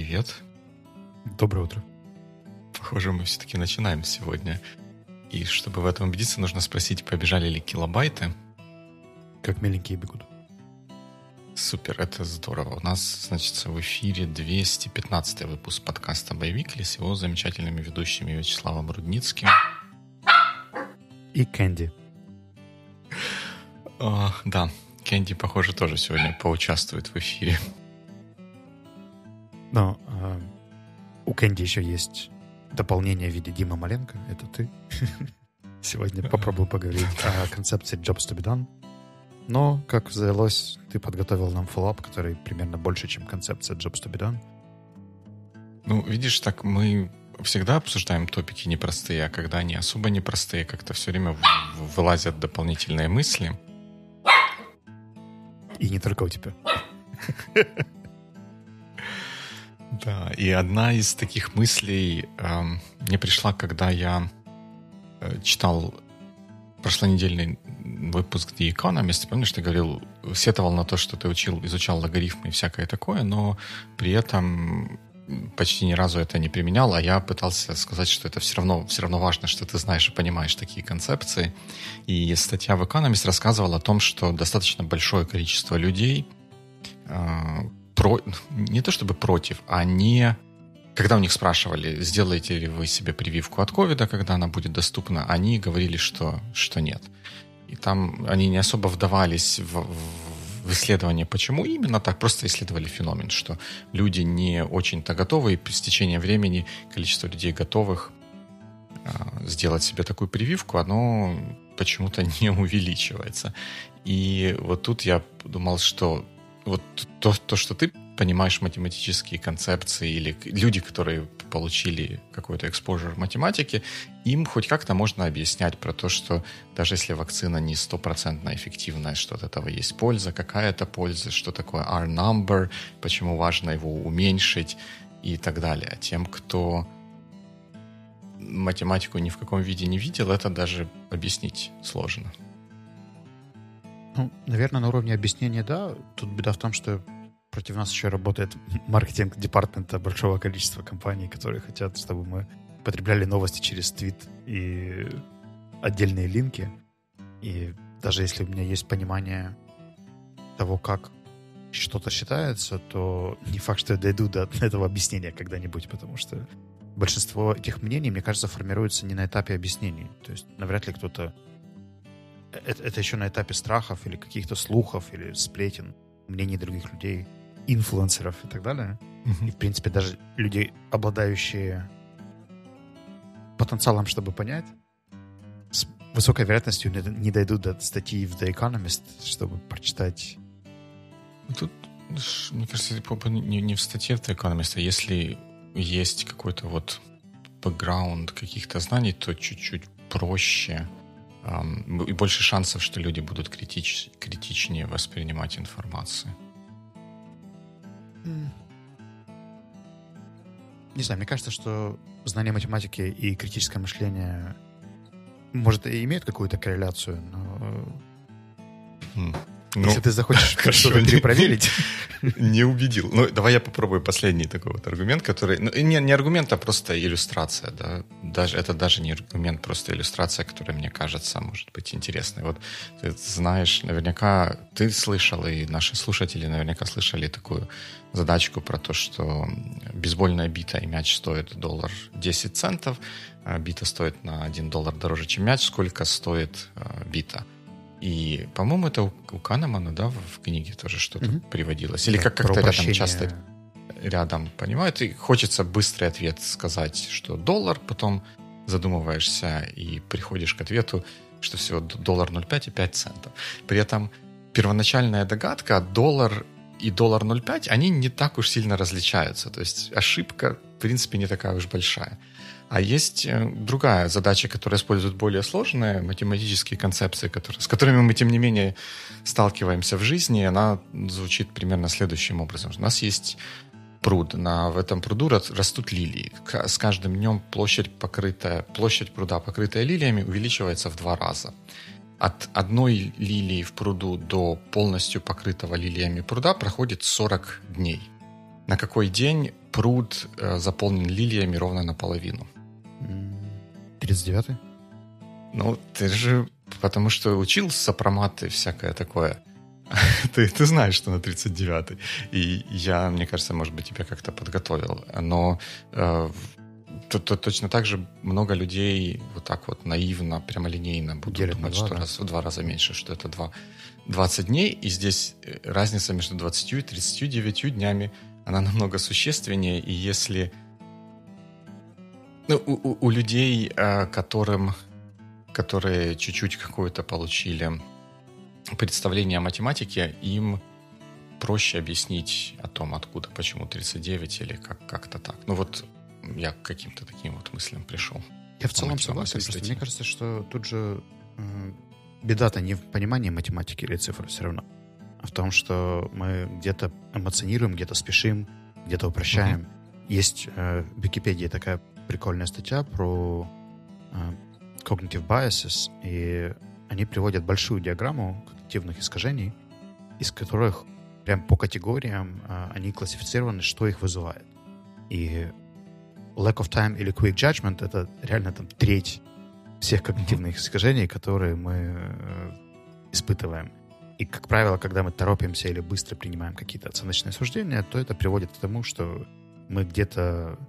привет. Доброе утро. Похоже, мы все-таки начинаем сегодня. И чтобы в этом убедиться, нужно спросить, побежали ли килобайты. Как миленькие бегут. Супер, это здорово. У нас, значит, в эфире 215-й выпуск подкаста «Боевикли» с его замечательными ведущими Вячеславом Рудницким. И Кэнди. Да, Кэнди, похоже, тоже сегодня поучаствует в эфире. Но у Кэнди еще есть дополнение в виде Димы Маленко. Это ты. Сегодня попробую поговорить о концепции Jobs to be done. Но, как завелось, ты подготовил нам фоллоуап, который примерно больше, чем концепция Jobs to be done. Ну, видишь, так мы всегда обсуждаем топики непростые, а когда они особо непростые, как-то все время вылазят дополнительные мысли. И не только у тебя. Да, и одна из таких мыслей мне пришла, когда я читал прошлонедельный выпуск The Economist. Помнишь, ты говорил, сетовал на то, что ты изучал логарифмы и всякое такое, но при этом почти ни разу это не применял, а я пытался сказать, что это все равно важно, что ты знаешь и понимаешь такие концепции. И статья в Economist рассказывала о том, что достаточно большое количество людей не то чтобы против, а не... Когда у них спрашивали, сделаете ли вы себе прививку от ковида, когда она будет доступна, они говорили, что нет. И там они не особо вдавались в исследование, почему именно так, просто исследовали феномен, что люди не очень-то готовы, и с течением времени количество людей, готовых сделать себе такую прививку, оно почему-то не увеличивается. И вот тут я подумал, что вот то, что ты понимаешь математические концепции, или люди, которые получили какой-то exposure в математике, им хоть как-то можно объяснять про то, что даже если вакцина не 100% эффективная, что от этого есть польза, какая-то польза, что такое R-number, почему важно его уменьшить и так далее. А тем, кто математику ни в каком виде не видел, это даже объяснить сложно. Ну, наверное, на уровне объяснения, да. Тут беда в том, что против нас еще работает маркетинг департамента большого количества компаний, которые хотят, чтобы мы потребляли новости через твит и отдельные линки. И даже если у меня есть понимание того, как что-то считается, то не факт, что я дойду до этого объяснения когда-нибудь, потому что большинство этих мнений, мне кажется, формируется не на этапе объяснений. То есть навряд ли кто-то... Это еще на этапе страхов или каких-то слухов или сплетен, мнений других людей, инфлюенсеров и так далее. И, в принципе, даже люди, обладающие потенциалом, чтобы понять, с высокой вероятностью не дойдут до статьи в The Economist, чтобы прочитать. Тут, мне кажется, не в статье в The Economist, а если есть какой-то вот бэкграунд каких-то знаний, то чуть-чуть проще и больше шансов, что люди будут критичнее воспринимать информацию. Не знаю, мне кажется, что знание математики и критическое мышление, может, и имеют какую-то корреляцию, но если ты захочешь что-то перепроверить... Не убедил. Ну, давай я попробую последний такой вот аргумент, который... Ну, не аргумент, а просто иллюстрация, да. Это даже не аргумент, просто иллюстрация, которая, мне кажется, может быть интересной. Вот ты знаешь, наверняка ты слышал, и наши слушатели наверняка слышали такую задачку про то, что бейсбольная бита и мяч стоят $10, а бита стоит на $1 дороже, чем мяч. Сколько стоит бита? И, по-моему, это у Канемана, да, в книге тоже что-то приводилось. Или да, как-то рядом, часто рядом, понимаете? И хочется быстрый ответ сказать, что $1, потом задумываешься и приходишь к ответу, что всего $0.05 и 5 центов. При этом первоначальная догадка, $1 и $0.05, они не так уж сильно различаются. То есть ошибка, в принципе, не такая уж большая. А есть другая задача, которая использует более сложные математические концепции, с которыми мы, тем не менее, сталкиваемся в жизни. Она звучит примерно следующим образом. У нас есть пруд. В этом пруду растут лилии. С каждым днем площадь пруда, покрытая лилиями, увеличивается в 2 раза. От одной лилии в пруду до полностью покрытого лилиями пруда проходит 40 дней. на какой день пруд заполнен лилиями ровно наполовину? 39-й? Ну, ты же потому что учил сопромат и всякое такое. Ты знаешь, что на 39-й. И я, мне кажется, может быть, тебя как-то подготовил. Но точно так же много людей вот так вот наивно, прямолинейно будут думать, что в 2 раза меньше, что это 20 дней. И здесь разница между 20 и 39 днями, она намного существеннее. И если у людей, которые чуть-чуть какое-то получили представление о математике, им проще объяснить о том, откуда, почему 39 или как-то так. Ну вот я к каким-то таким вот мыслям пришел. Я в целом согласен, просто мне кажется, что тут же беда-то не в понимании математики или цифр все равно, а в том, что мы где-то эмоционируем, где-то спешим, где-то упрощаем. Есть в Википедии такая прикольная статья про cognitive biases, и они приводят большую диаграмму когнитивных искажений, из которых прям по категориям они классифицированы, что их вызывает. И lack of time или quick judgment — это реально там треть всех когнитивных искажений, которые мы испытываем. И, как правило, когда мы торопимся или быстро принимаем какие-то оценочные суждения, то это приводит к тому, что мы где-то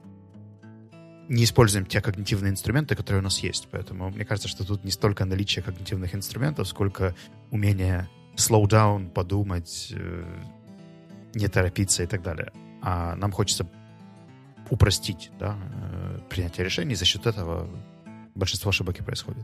не используем те когнитивные инструменты, которые у нас есть. Поэтому мне кажется, что тут не столько наличие когнитивных инструментов, сколько умение slow down, подумать, не торопиться и так далее. А нам хочется упростить, да, принятие решений, и за счет этого большинство ошибок и происходит.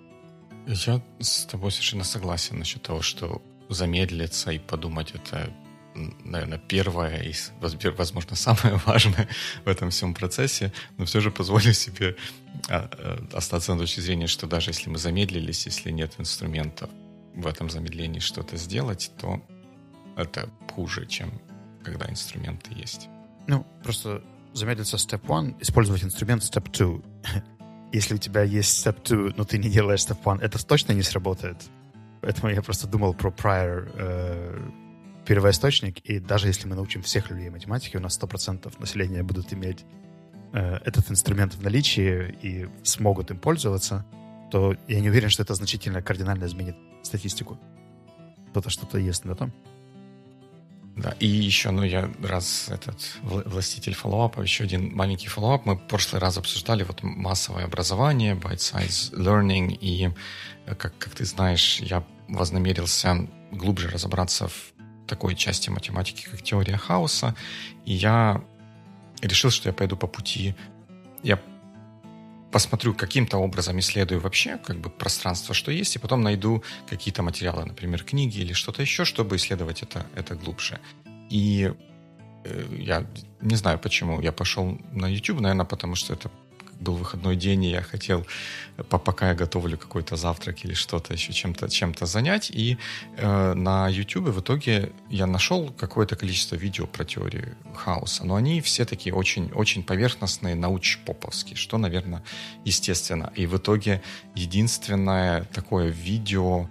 Я с тобой совершенно согласен насчет того, что замедлиться и подумать — это, наверное, первое и, возможно, самое важное в этом всем процессе, но все же позволю себе остаться на точке зрения, что даже если мы замедлились, если нет инструментов в этом замедлении что-то сделать, то это хуже, чем когда инструменты есть. Ну, просто замедлиться step one, использовать инструмент step two. Если у тебя есть step two, но ты не делаешь step one, это точно не сработает. Поэтому я просто думал про prior первоисточник, и даже если мы научим всех людей математике, у нас 100% населения будут иметь этот инструмент в наличии и смогут им пользоваться, то я не уверен, что это значительно кардинально изменит статистику. Кто-то что-то ест на том. Да, и еще, я властитель фоллоуапа, еще один маленький фоллоуап. Мы в прошлый раз обсуждали вот массовое образование, bite-size learning, и, как ты знаешь, я вознамерился глубже разобраться в такой части математики, как теория хаоса, и я решил, что я пойду по пути. Я посмотрю, каким-то образом исследую вообще пространство, что есть, и потом найду какие-то материалы, например, книги или что-то еще, чтобы исследовать это глубже. И я не знаю, почему я пошел на YouTube, наверное, потому что это был выходной день, и я хотел, пока я готовлю какой-то завтрак или что-то еще чем-то занять. И на YouTube в итоге я нашел какое-то количество видео про теорию хаоса, но они все такие очень, очень поверхностные, научпоповские, что, наверное, естественно. И в итоге единственное такое видео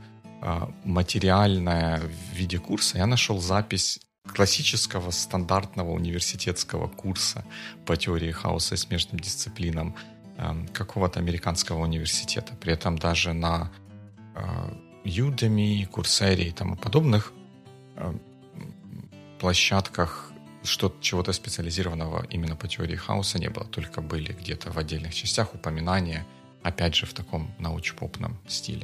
материальное в виде курса, я нашел запись классического стандартного университетского курса по теории хаоса и смежным дисциплинам какого-то американского университета. При этом даже на Udemy, Coursera и тому подобных площадках чего-то специализированного именно по теории хаоса не было. Только были где-то в отдельных частях упоминания, опять же, в таком научпопном стиле.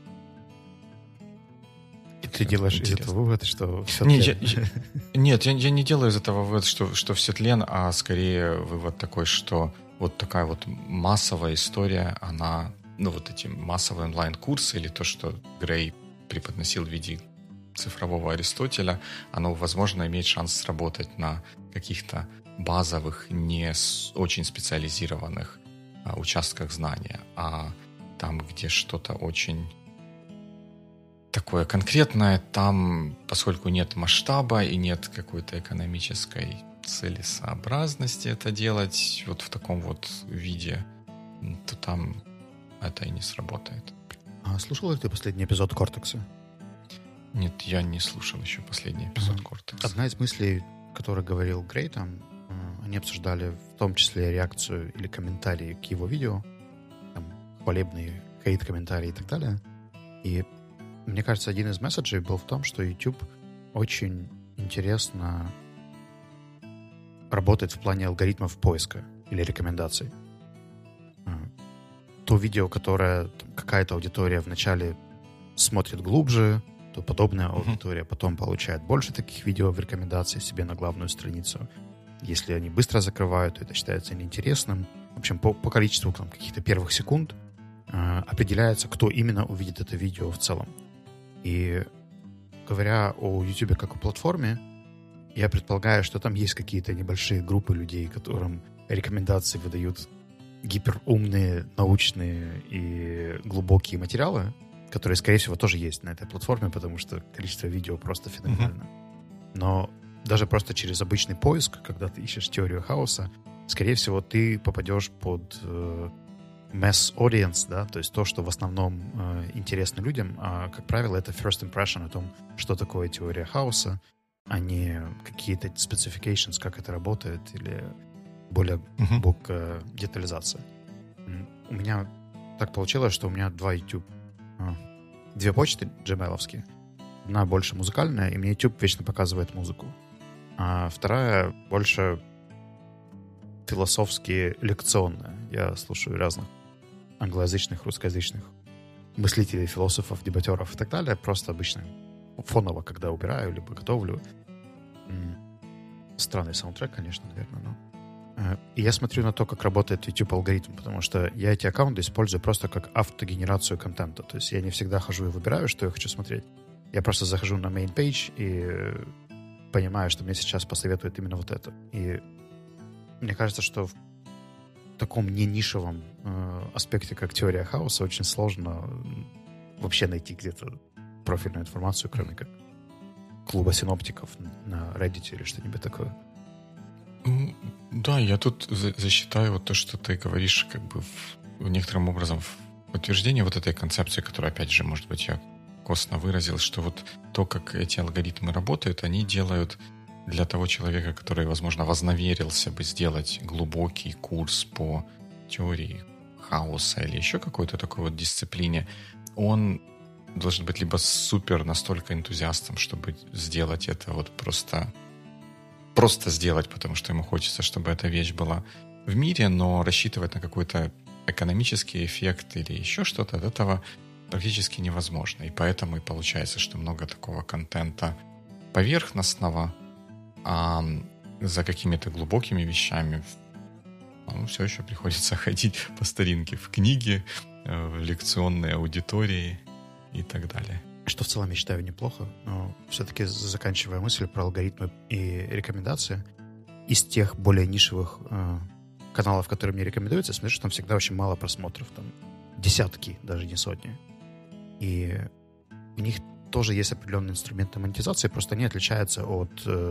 И ты делаешь из этого вывод, что все тлен? Нет, я не делаю из этого вывод, что все тлен, а скорее вывод такой, что вот такая вот массовая история, она, вот эти массовые онлайн-курсы или то, что Грей преподносил в виде цифрового Аристотеля, оно, возможно, имеет шанс сработать на каких-то базовых, не очень специализированных участках знания, а там, где что-то очень такое конкретное, там, поскольку нет масштаба и нет какой-то экономической целесообразности это делать вот в таком вот виде, то там это и не сработает. А слушал ли ты последний эпизод «Кортекса»? Нет, я не слушал еще последний эпизод «Кортекса». Одна из мыслей который говорил Грей, там, они обсуждали в том числе реакцию или комментарии к его видео, там, хвалебные хейт-комментарии и так далее. И мне кажется, один из месседжей был в том, что YouTube очень интересно работает в плане алгоритмов поиска или рекомендаций. То видео, которое какая-то аудитория вначале смотрит глубже, то подобная аудитория потом получает больше таких видео в рекомендации себе на главную страницу. Если они быстро закрывают, то это считается неинтересным. В общем, по количеству там, каких-то первых секунд определяется, кто именно увидит это видео в целом. И говоря о YouTube как о платформе, я предполагаю, что там есть какие-то небольшие группы людей, которым рекомендации выдают гиперумные, научные и глубокие материалы, которые, скорее всего, тоже есть на этой платформе, потому что количество видео просто феноменально. Но даже просто через обычный поиск, когда ты ищешь теорию хаоса, скорее всего, ты попадешь под mass audience, да, то есть то, что в основном интересно людям, а, как правило, это first impression о том, что такое теория хаоса, а не какие-то specifications, как это работает, или более глубокая детализация. У меня так получилось, что у меня две почты gmail-овские. Одна больше музыкальная, и мне YouTube вечно показывает музыку. А вторая больше философски лекционная. Я слушаю разных англоязычных, русскоязычных мыслителей, философов, дебатеров и так далее. Просто обычно фоново, когда убираю, либо готовлю. Странный саундтрек, конечно, наверное, но... И я смотрю на то, как работает YouTube-алгоритм, потому что я эти аккаунты использую просто как автогенерацию контента. То есть я не всегда хожу и выбираю, что я хочу смотреть. Я просто захожу на main page и понимаю, что мне сейчас посоветуют именно вот это. И мне кажется, что в таком не нишевом аспекте, как теория хаоса, очень сложно вообще найти где-то профильную информацию, кроме как клуба синоптиков на Reddit или что-нибудь такое. Да, я тут засчитаю вот то, что ты говоришь, как бы некоторым образом в подтверждение вот этой концепции, которую, опять же, может быть, я косвенно выразил, что вот то, как эти алгоритмы работают, они делают для того человека, который, возможно, вознамерился бы сделать глубокий курс по теории хаоса или еще какой-то такой вот дисциплине, он должен быть либо супер настолько энтузиастом, чтобы сделать это вот просто сделать, потому что ему хочется, чтобы эта вещь была в мире, но рассчитывать на какой-то экономический эффект или еще что-то, от этого практически невозможно. И поэтому и получается, что много такого контента поверхностного, а за какими-то глубокими вещами все еще приходится ходить по старинке в книги, в лекционные аудитории и так далее. Что в целом я считаю неплохо, но все-таки заканчивая мысль про алгоритмы и рекомендации, из тех более нишевых каналов, которые мне рекомендуются, я смотрю, что там всегда очень мало просмотров, там десятки, даже не сотни. И у них тоже есть определенные инструменты монетизации, просто они отличаются от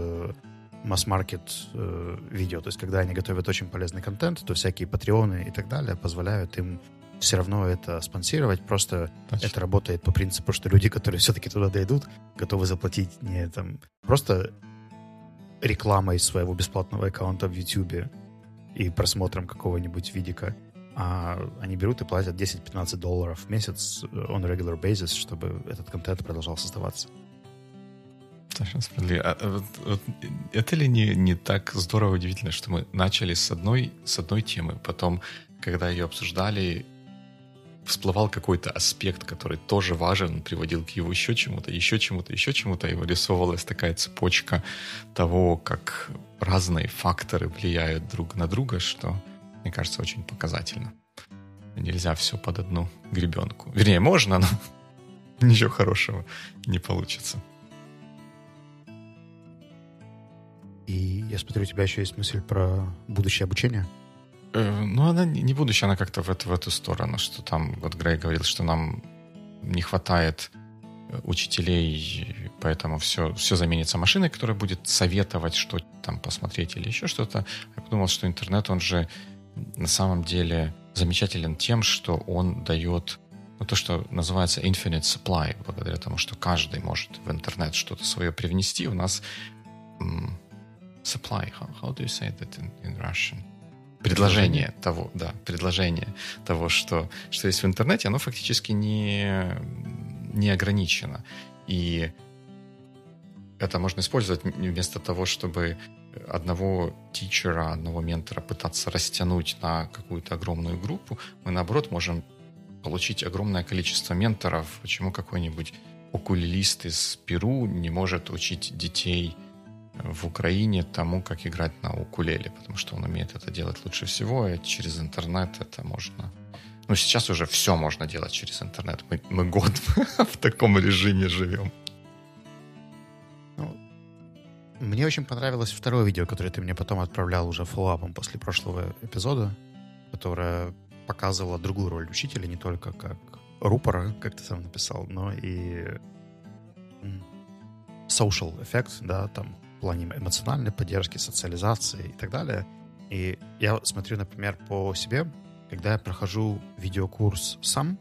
масс-маркет видео. То есть, когда они готовят очень полезный контент, то всякие патреоны и так далее позволяют им все равно это спонсировать. Просто точно. Это работает по принципу, что люди, которые все-таки туда дойдут, готовы заплатить не там просто рекламой своего бесплатного аккаунта в YouTube и просмотром какого-нибудь видика, а они берут и платят $10-15 в месяц on a regular basis, чтобы этот контент продолжал создаваться. Совершенно справедливо. Это ли не так здорово удивительно, что мы начали с одной темы, потом, когда ее обсуждали, всплывал какой-то аспект, который тоже важен, приводил к его еще чему-то, и вырисовывалась такая цепочка того, как разные факторы влияют друг на друга, что, мне кажется, очень показательно. Нельзя все под одну гребенку. Вернее, можно, но ничего хорошего не получится. И я смотрю, у тебя еще есть мысль про будущее обучение? Ну, она не будущее, она как-то в эту сторону, что там, вот Грей говорил, что нам не хватает учителей, поэтому все заменится машиной, которая будет советовать, что там посмотреть или еще что-то. Я подумал, что интернет, он же на самом деле замечателен тем, что он дает то, что называется infinite supply, благодаря тому, что каждый может в интернет что-то свое привнести. У нас supply. How do you say that in Russian? Предложение того, что есть в интернете, оно фактически не ограничено. И это можно использовать вместо того, чтобы одного тичера, одного ментора пытаться растянуть на какую-то огромную группу. Мы, наоборот, можем получить огромное количество менторов. Почему какой-нибудь укулелист из Перу не может учить детей в Украине тому, как играть на укулеле, потому что он умеет это делать лучше всего, и через интернет это можно... Ну, сейчас уже все можно делать через интернет. Мы год в таком режиме живем. Ну, мне очень понравилось второе видео, которое ты мне потом отправлял уже фоллоуапом после прошлого эпизода, которое показывало другую роль учителя, не только как рупора, как ты сам написал, но и social эффект, да, там, в плане эмоциональной поддержки, социализации и так далее. И я смотрю, например, по себе, когда я прохожу видеокурс сам,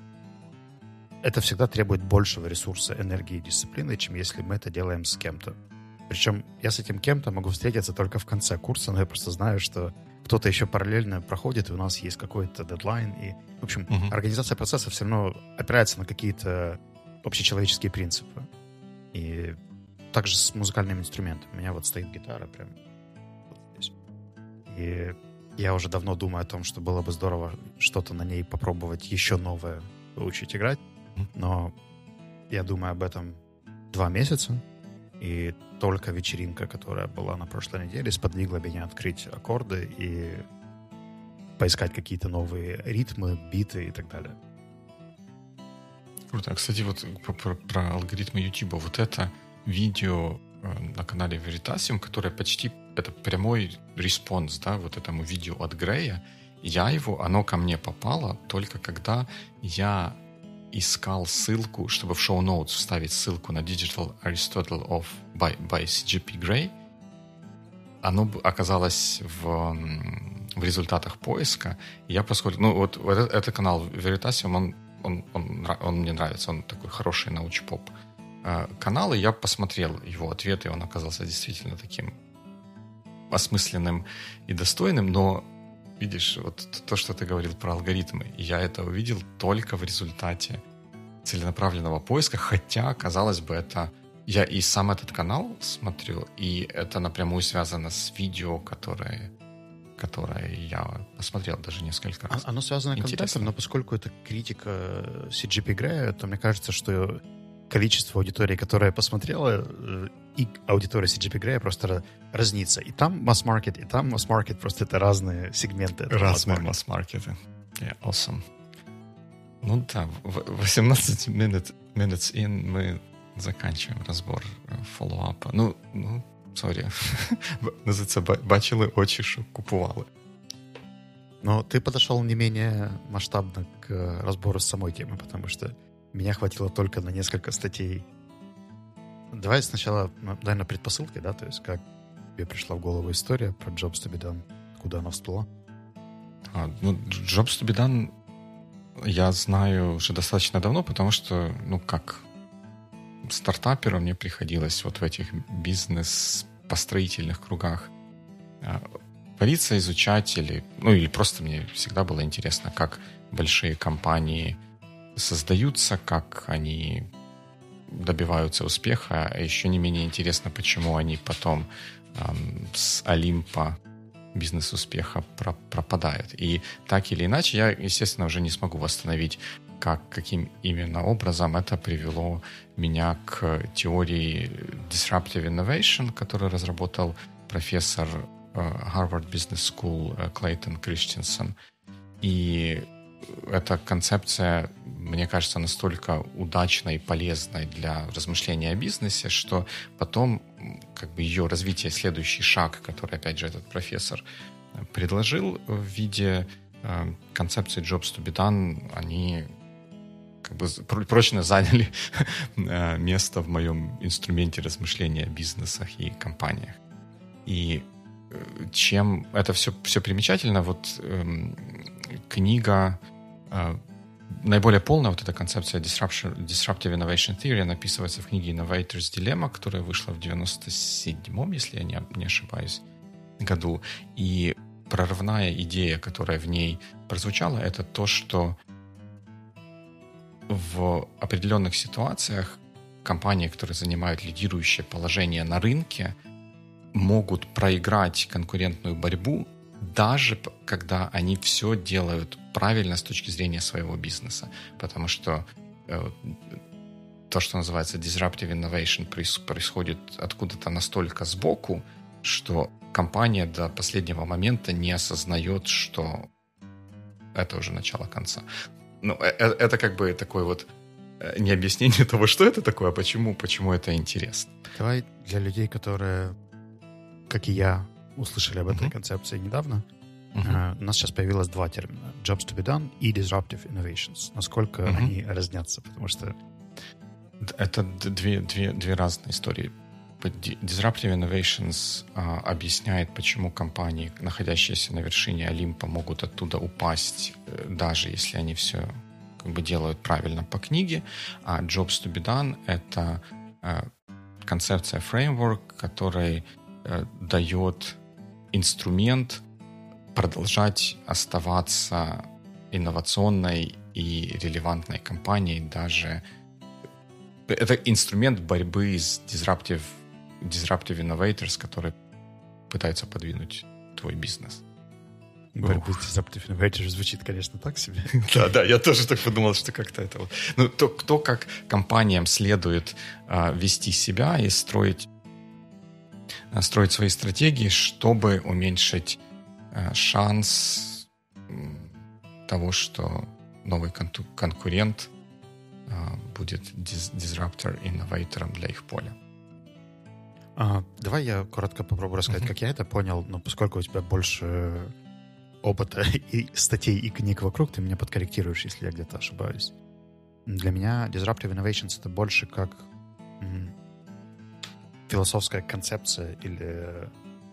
это всегда требует большего ресурса, энергии и дисциплины, чем если мы это делаем с кем-то. Причем я с этим кем-то могу встретиться только в конце курса, но я просто знаю, что кто-то еще параллельно проходит, и у нас есть какой-то дедлайн. И, в общем, организация процесса все равно опирается на какие-то общечеловеческие принципы. И также с музыкальными инструментами. У меня вот стоит гитара прямо вот здесь. И я уже давно думаю о том, что было бы здорово что-то на ней попробовать еще новое выучить играть. Но я думаю об этом 2 месяца. И только вечеринка, которая была на прошлой неделе, сподвигла меня открыть аккорды и поискать какие-то новые ритмы, биты и так далее. Круто. Кстати, вот про алгоритмы YouTube. Вот это видео на канале Veritasium, которое почти это прямой респонс, да, вот этому видео от Грея. Оно ко мне попало только когда я искал ссылку, чтобы в шоу-ноутс вставить ссылку на Digital Aristotle by CGP Grey. Оно оказалось в результатах поиска. И я поскольку... Ну, вот этот канал Veritasium, он мне нравится. Он такой хороший научпоп канал. И я посмотрел его ответы, и он оказался действительно таким осмысленным и достойным. Но видишь, вот то, что ты говорил про алгоритмы, я это увидел только в результате целенаправленного поиска, хотя, казалось бы, это... Я и сам этот канал смотрю, и это напрямую связано с видео, которое я посмотрел даже несколько раз. Оно связано контентом, но поскольку это критика CGP Grey, то мне кажется, что количество аудитории, которая посмотрела, и аудитория CGP Grey просто разнится. И там масс-маркет, и там масс-маркет, просто это разные сегменты. Разные масс-маркеты. Yeah, awesome. Ну да, 18 minutes in мы заканчиваем разбор фоллоуапа. Ну, сорі. Называется «Бачили очі, що купували». Но ты подошел не менее масштабно к разбору самой темы, потому что меня хватило только на несколько статей. Давай сначала, наверное, предпосылки, да, то есть как тебе пришла в голову история про Jobs to be done, откуда она всплыла? Jobs to be done я знаю уже достаточно давно, потому что, как стартаперу мне приходилось вот в этих бизнес-построительных кругах париться, изучать или просто мне всегда было интересно, как большие компании создаются, как они добиваются успеха, а еще не менее интересно, почему они потом с Олимпа бизнес-успеха пропадают. И так или иначе, я, естественно, уже не смогу восстановить, каким именно образом это привело меня к теории Disruptive Innovation, которую разработал профессор Harvard Business School Клейтон Кристенсен. И эта концепция, мне кажется, настолько удачной и полезной для размышления о бизнесе, что потом ее развитие, следующий шаг, который, опять же, этот профессор предложил в виде концепции Jobs to be done, они прочно заняли место в моем инструменте размышления о бизнесах и компаниях. И чем это все примечательно, вот книга наиболее полная вот эта концепция Disruptive Innovation Theory, она описывается в книге Innovator's Dilemma, которая вышла в 97-м, если я не ошибаюсь, году. И прорывная идея, которая в ней прозвучала, это то, что в определенных ситуациях компании, которые занимают лидирующее положение на рынке, могут проиграть конкурентную борьбу, даже когда они все делают правильно с точки зрения своего бизнеса. Потому что то, что называется disruptive innovation, происходит откуда-то настолько сбоку, что компания до последнего момента не осознает, что это уже начало конца. Ну, это как бы такое вот не объяснение того, что это такое, а почему это интересно. Давай для людей, которые, как и я, услышали об этой концепции недавно, у нас сейчас появилось два термина: jobs to be done и disruptive innovations. Насколько они разнятся? Потому что это две разные истории. Disruptive Innovations объясняет, почему компании, находящиеся на вершине Олимпа, могут оттуда упасть, даже если они все как бы делают правильно по книге. А Jobs to be done — это концепция, фреймворк, который дает инструмент продолжать оставаться инновационной и релевантной компанией даже. Это инструмент борьбы с disruptive innovators, которые пытаются подвинуть твой бизнес. Борьба с disruptive innovators звучит, конечно, так себе. Да, я тоже так подумал, что как-то это вот. Ну, то, как компаниям следует вести себя и строить свои стратегии, чтобы уменьшить шанс того, что новый конкурент будет дизраптор-инноватором для их поля. Давай я коротко попробую рассказать, как я это понял, но поскольку у тебя больше опыта и статей, и книг вокруг, ты меня подкорректируешь, если я где-то ошибаюсь. Для меня Disruptive Innovations — это больше как философская концепция или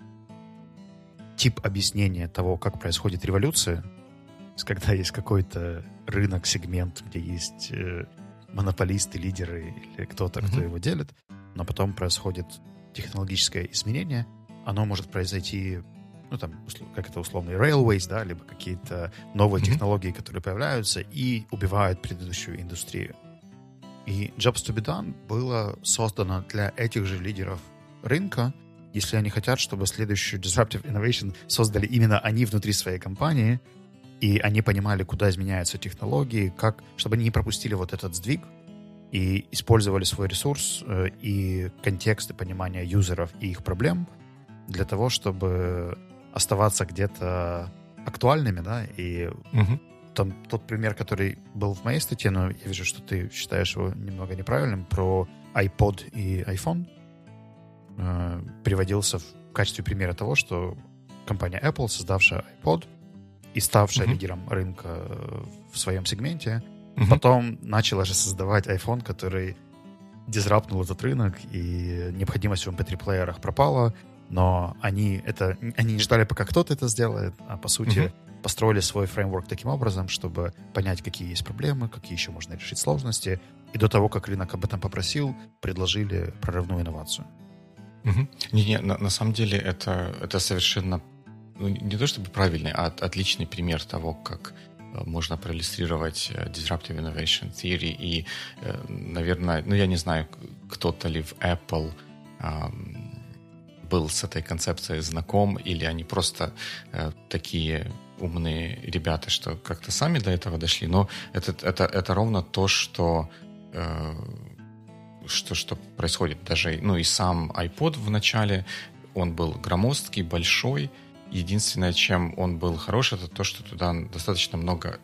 тип объяснения того, как происходит революция, когда есть какой-то рынок, сегмент, где есть монополисты, лидеры или кто-то, кто его делит, но потом происходит технологическое изменение. Оно может произойти, ну, там, как это условные railways, да, либо какие-то новые технологии, которые появляются и убивают предыдущую индустрию. И Jobs to be done было создано для этих же лидеров рынка, если они хотят, чтобы следующую Disruptive Innovation создали именно они внутри своей компании, и они понимали, куда изменяются технологии, как, чтобы они не пропустили вот этот сдвиг и использовали свой ресурс и контекст и понимание юзеров и их проблем для того, чтобы оставаться где-то актуальными, да, и там тот пример, который был в моей статье, но я вижу, что ты считаешь его немного неправильным, про iPod и iPhone, приводился в качестве примера того, что компания Apple, создавшая iPod и ставшая лидером рынка в своем сегменте, потом начала же создавать iPhone, который дизраптнул этот рынок, и необходимость в MP3-плеерах пропала, но они не ждали, пока кто-то это сделает, а по сути построили свой фреймворк таким образом, чтобы понять, какие есть проблемы, какие еще можно решить сложности, и до того, как рынок об этом попросил, предложили прорывную инновацию. На самом деле это совершенно, ну, не то чтобы правильный, а отличный пример того, как можно проиллюстрировать Disruptive Innovation Theory. И, наверное, ну, я не знаю, кто-то ли в Apple был с этой концепцией знаком, или они просто такие умные ребята, что как-то сами до этого дошли. Но это ровно то, что происходит. Даже, ну, и сам iPod в начале, он был громоздкий, большой. Единственное, чем он был хорош, это то, что туда достаточно много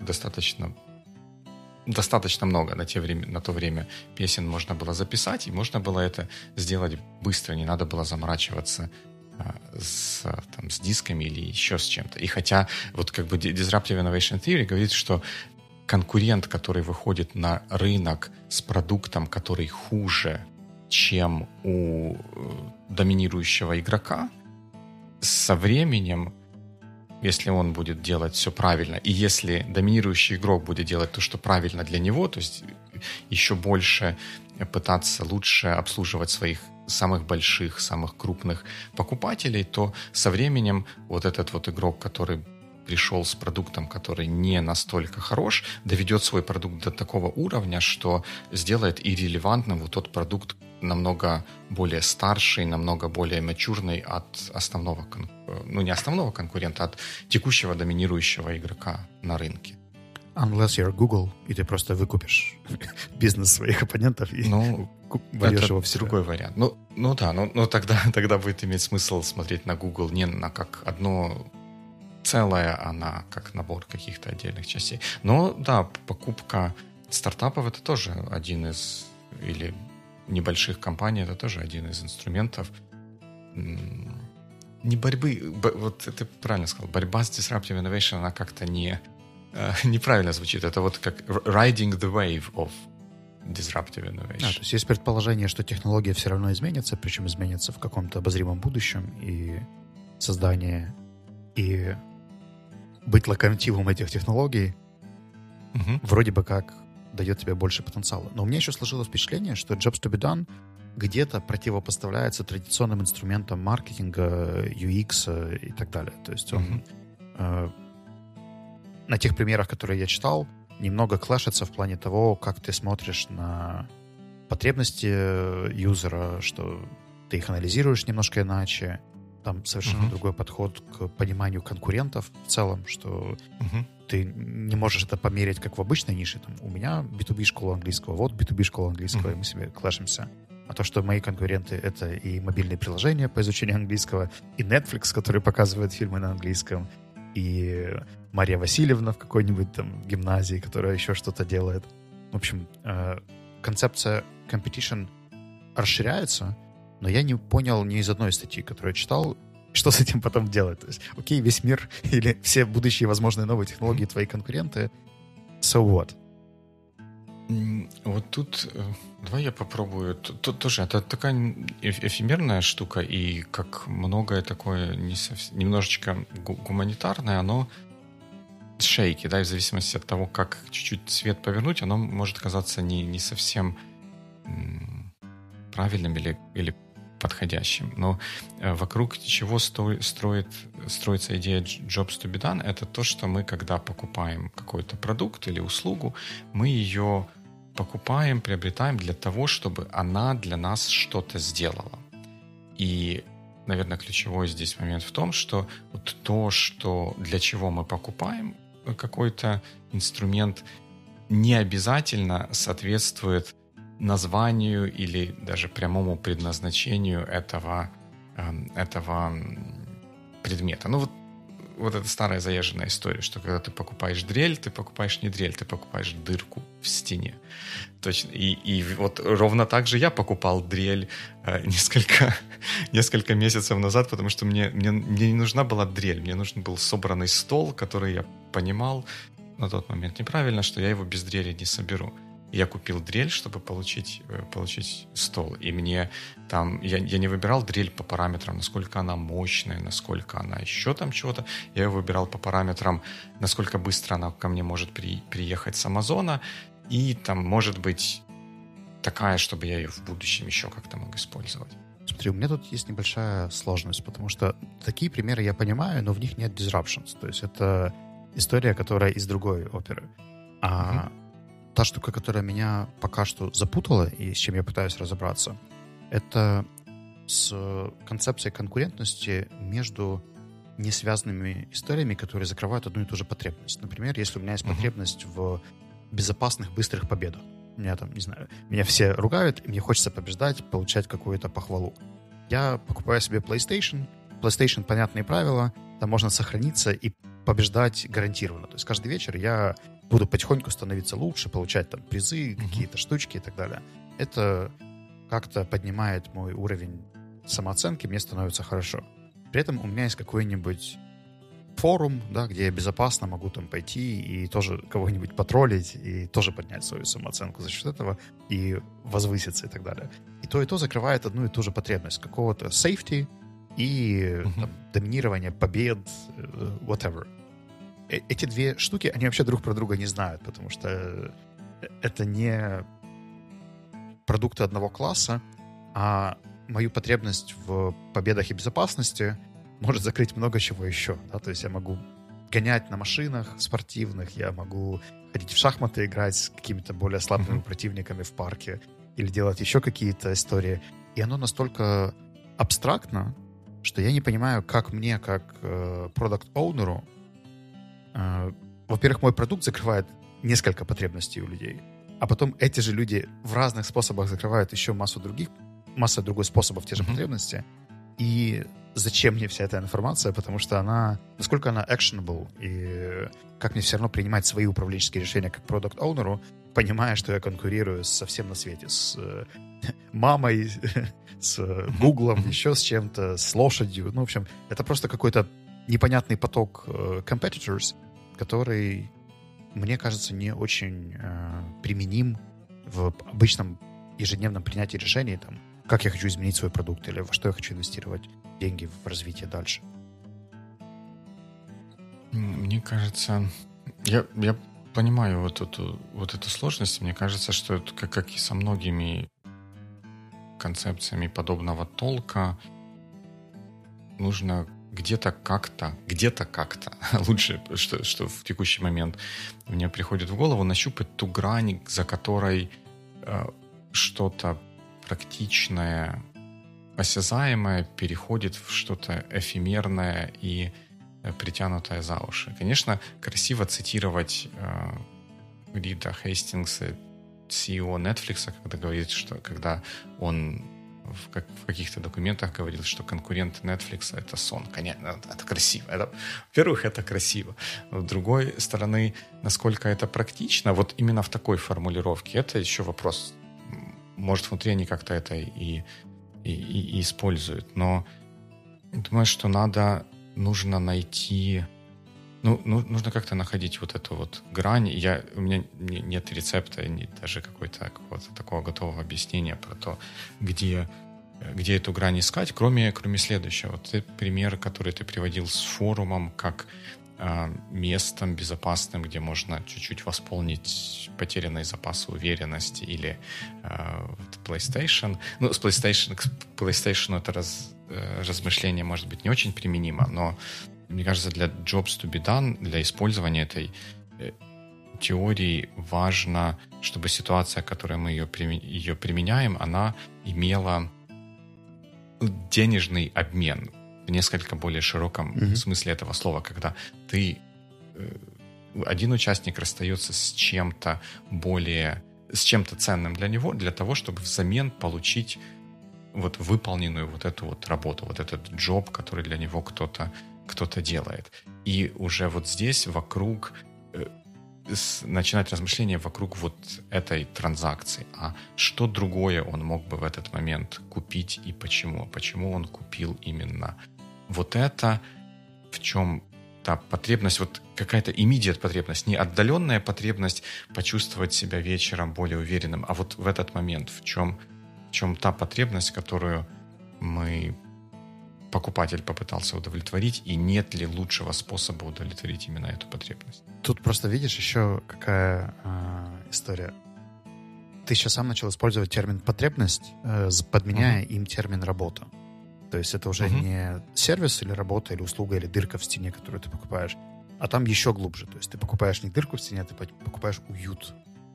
на то время песен можно было записать, и можно было это сделать быстро, не надо было заморачиваться с дисками или еще с чем-то. И хотя вот как бы Disruptive Innovation Theory говорит, что конкурент, который выходит на рынок с продуктом, который хуже, чем у доминирующего игрока, со временем если он будет делать все правильно, и если доминирующий игрок будет делать то, что правильно для него, то есть еще больше пытаться лучше обслуживать своих самых больших, самых крупных покупателей, то со временем вот этот вот игрок, который пришел с продуктом, который не настолько хорош, доведет свой продукт до такого уровня, что сделает иррелевантным вот тот продукт намного более старший, намного более мачурный от основного, ну не основного конкурента, от текущего доминирующего игрока на рынке. Unless you're Google, и ты просто выкупишь бизнес своих оппонентов и вольешь его в себя. Другой вариант. Ну да, тогда будет иметь смысл смотреть на Google не на как одно целое, а на как набор каких-то отдельных частей. Но да, покупка стартапов — это тоже один из, или небольших компаний — это тоже один из инструментов не борьбы, вот ты правильно сказал, борьба с disruptive innovation, она как-то неправильно звучит. Это вот как riding the wave of disruptive innovation. Да, то есть есть предположение, что технология все равно изменится, причем изменится в каком-то обозримом будущем, и создание и быть локомотивом этих технологий вроде бы как дает тебе больше потенциала. Но у меня еще сложилось впечатление, что Jobs to be done где-то противопоставляется традиционным инструментам маркетинга, UX и так далее. То есть он на тех примерах, которые я читал, немного клэшится в плане того, как ты смотришь на потребности юзера, что ты их анализируешь немножко иначе. Там совершенно другой подход к пониманию конкурентов в целом, что ты не можешь это померить, как в обычной нише. Там, у меня B2B школа английского, вот B2B школа английского, и мы себе клэшимся. А то, что мои конкуренты — это и мобильные приложения по изучению английского, и Netflix, который показывает фильмы на английском, и Мария Васильевна в какой-нибудь там гимназии, которая еще что-то делает. В общем, концепция competition расширяется, но я не понял ни из одной статьи, которую я читал, что с этим потом делать. То есть, окей, весь мир или все будущие возможные новые технологии твои конкуренты, so what? Вот тут давай я попробую. Тут тоже это такая эфемерная штука, и как многое такое немножечко гуманитарное, оно шейки, да, и в зависимости от того, как чуть-чуть цвет повернуть, оно может казаться не совсем правильным или подходящим. Но вокруг чего строится идея Jobs to be done, это то, что мы, когда покупаем какой-то продукт или услугу, мы ее покупаем, приобретаем для того, чтобы она для нас что-то сделала. И, наверное, ключевой здесь момент в том, что вот то, что для чего мы покупаем какой-то инструмент, не обязательно соответствует названию или даже прямому предназначению этого предмета. Ну вот это старая заезженная история, что когда ты покупаешь дрель, ты покупаешь не дрель, ты покупаешь дырку в стене. Точно. И вот ровно так же я покупал дрель несколько месяцев назад, потому что мне не нужна была дрель, мне нужен был собранный стол, который я понимал на тот момент неправильно, что я его без дрели не соберу. Я купил дрель, чтобы получить стол. И мне там... Я не выбирал дрель по параметрам, насколько она мощная, насколько она еще там чего-то. Я ее выбирал по параметрам, насколько быстро она ко мне может приехать с Амазона. И там может быть такая, чтобы я ее в будущем еще как-то мог использовать. Смотри, у меня тут есть небольшая сложность, потому что такие примеры я понимаю, но в них нет disruptions. То есть это история, которая из другой оперы. Та штука, которая меня пока что запутала и с чем я пытаюсь разобраться, это с концепцией конкурентности между несвязанными историями, которые закрывают одну и ту же потребность. Например, если у меня есть потребность в безопасных, быстрых победах. Меня там, не знаю, меня все ругают, и мне хочется побеждать, получать какую-то похвалу. Я покупаю себе PlayStation. PlayStation — понятные правила, там можно сохраниться и побеждать гарантированно. То есть каждый вечер я буду потихоньку становиться лучше, получать там призы, какие-то штучки и так далее. Это как-то поднимает мой уровень самооценки, мне становится хорошо. При этом у меня есть какой-нибудь форум, да, где я безопасно могу там пойти и тоже кого-нибудь потроллить, и тоже поднять свою самооценку за счет этого, и возвыситься и так далее. И то закрывает одну и ту же потребность какого-то safety и там, доминирование, побед, whatever. Эти две штуки, они вообще друг про друга не знают, потому что это не продукты одного класса, а мою потребность в победах и безопасности может закрыть много чего еще. Да? То есть я могу гонять на машинах спортивных, я могу ходить в шахматы, играть с какими-то более слабыми противниками в парке или делать еще какие-то истории. И оно настолько абстрактно, что я не понимаю, как мне, как продакт-оунеру, во-первых, мой продукт закрывает несколько потребностей у людей, а потом эти же люди в разных способах закрывают еще масса других способов те же потребности. И зачем мне вся эта информация? Потому что насколько она actionable, и как мне все равно принимать свои управленческие решения как продакт-оунеру, понимая, что я конкурирую со всем на свете, с мамой, с Гуглом, еще с чем-то, с лошадью. Ну, в общем, это просто какой-то непонятный поток competitors, который, мне кажется, не очень применим в обычном ежедневном принятии решений, там, как я хочу изменить свой продукт или во что я хочу инвестировать деньги в развитие дальше. Мне кажется, я понимаю вот эту сложность. Мне кажется, что это, как и со многими концепциями подобного толка, нужно где-то как-то, лучше, что в текущий момент мне приходит в голову, нащупать ту грань, за которой что-то практичное, осязаемое переходит в что-то эфемерное и притянутое за уши. Конечно, красиво цитировать Рида Хейстингса, CEO Netflix, когда говорит, что когда он в каких-то документах говорил, что конкурент Netflix — это сон. Конечно, это красиво. Во-первых, это красиво. Но с другой стороны, насколько это практично, вот именно в такой формулировке, это еще вопрос. Может, внутри они как-то это и используют. Но думаю, что нужно найти... нужно как-то находить вот эту вот грань. У меня нет рецепта, даже какого-то такого готового объяснения про то, где эту грань искать, кроме следующего. Вот пример, который ты приводил с форумом, как местом безопасным, где можно чуть-чуть восполнить потерянные запасы уверенности, или PlayStation. С PlayStation к PlayStation это размышление может быть не очень применимо, но мне кажется, для jobs to be done, для использования этой теории важно, чтобы ситуация, в которой мы ее применяем, она имела денежный обмен в несколько более широком смысле этого слова, когда один участник расстается с чем-то ценным для него, для того, чтобы взамен получить вот выполненную вот эту вот работу, вот этот джоб, который для него кто-то делает. И уже вот здесь начинать размышления вокруг вот этой транзакции. А что другое он мог бы в этот момент купить и почему? Почему он купил именно вот это? В чем та потребность, вот какая-то immediate потребность, не отдаленная потребность почувствовать себя вечером более уверенным, а вот в этот момент, в чем та потребность, которую покупатель попытался удовлетворить, и нет ли лучшего способа удовлетворить именно эту потребность. Тут просто видишь еще какая история. Ты сейчас сам начал использовать термин «потребность», подменяя им термин «работа». То есть это уже не сервис или работа, или услуга, или дырка в стене, которую ты покупаешь, а там еще глубже. То есть ты покупаешь не дырку в стене, а ты покупаешь уют.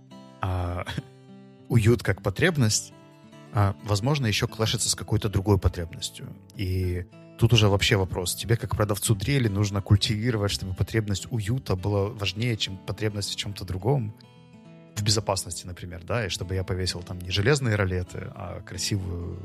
Уют как потребность, возможно, еще клэшится с какой-то другой потребностью. И тут уже вообще вопрос. Тебе, как продавцу дрели, нужно культивировать, чтобы потребность уюта была важнее, чем потребность в чем-то другом. В безопасности, например, да, и чтобы я повесил там не железные ролеты, а красивую...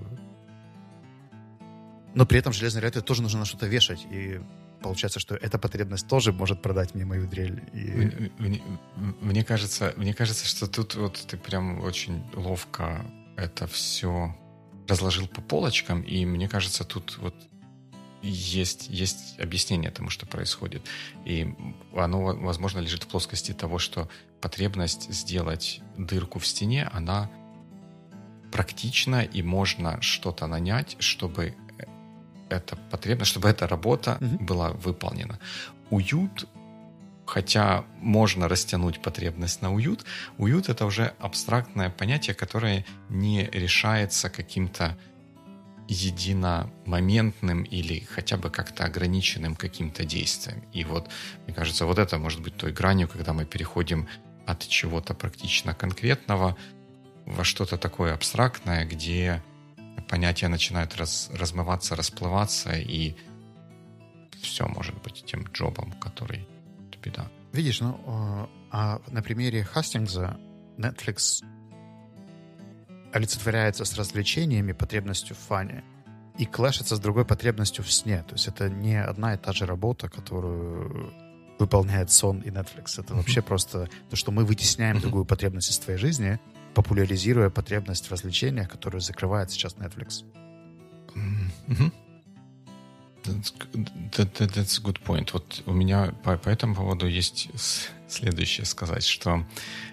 Но при этом железные ролеты тоже нужно на что-то вешать, и получается, что эта потребность тоже может продать мне мою дрель. И... Мне кажется, что тут вот ты прям очень ловко это все разложил по полочкам, и мне кажется, тут вот есть объяснение тому, что происходит. И оно, возможно, лежит в плоскости того, что потребность сделать дырку в стене, она практична, и можно что-то нанять, чтобы эта потребность, чтобы эта работа была выполнена. Уют, хотя можно растянуть потребность на уют, уют — это уже абстрактное понятие, которое не решается каким-то единомоментным или хотя бы как-то ограниченным каким-то действием. И вот, мне кажется, вот это может быть той гранью, когда мы переходим от чего-то практично конкретного во что-то такое абстрактное, где понятия начинают размываться, расплываться, и все может быть тем джобом, который тебе да. Видишь, на примере Хастингса Netflix олицетворяется с развлечениями, потребностью в фане, и клэшится с другой потребностью в сне. То есть это не одна и та же работа, которую выполняет сон и Netflix. Это вообще просто то, что мы вытесняем другую потребность из твоей жизни, популяризируя потребность в развлечениях, которую закрывает сейчас Netflix. That's a good point. Вот у меня по этому поводу есть следующее сказать, что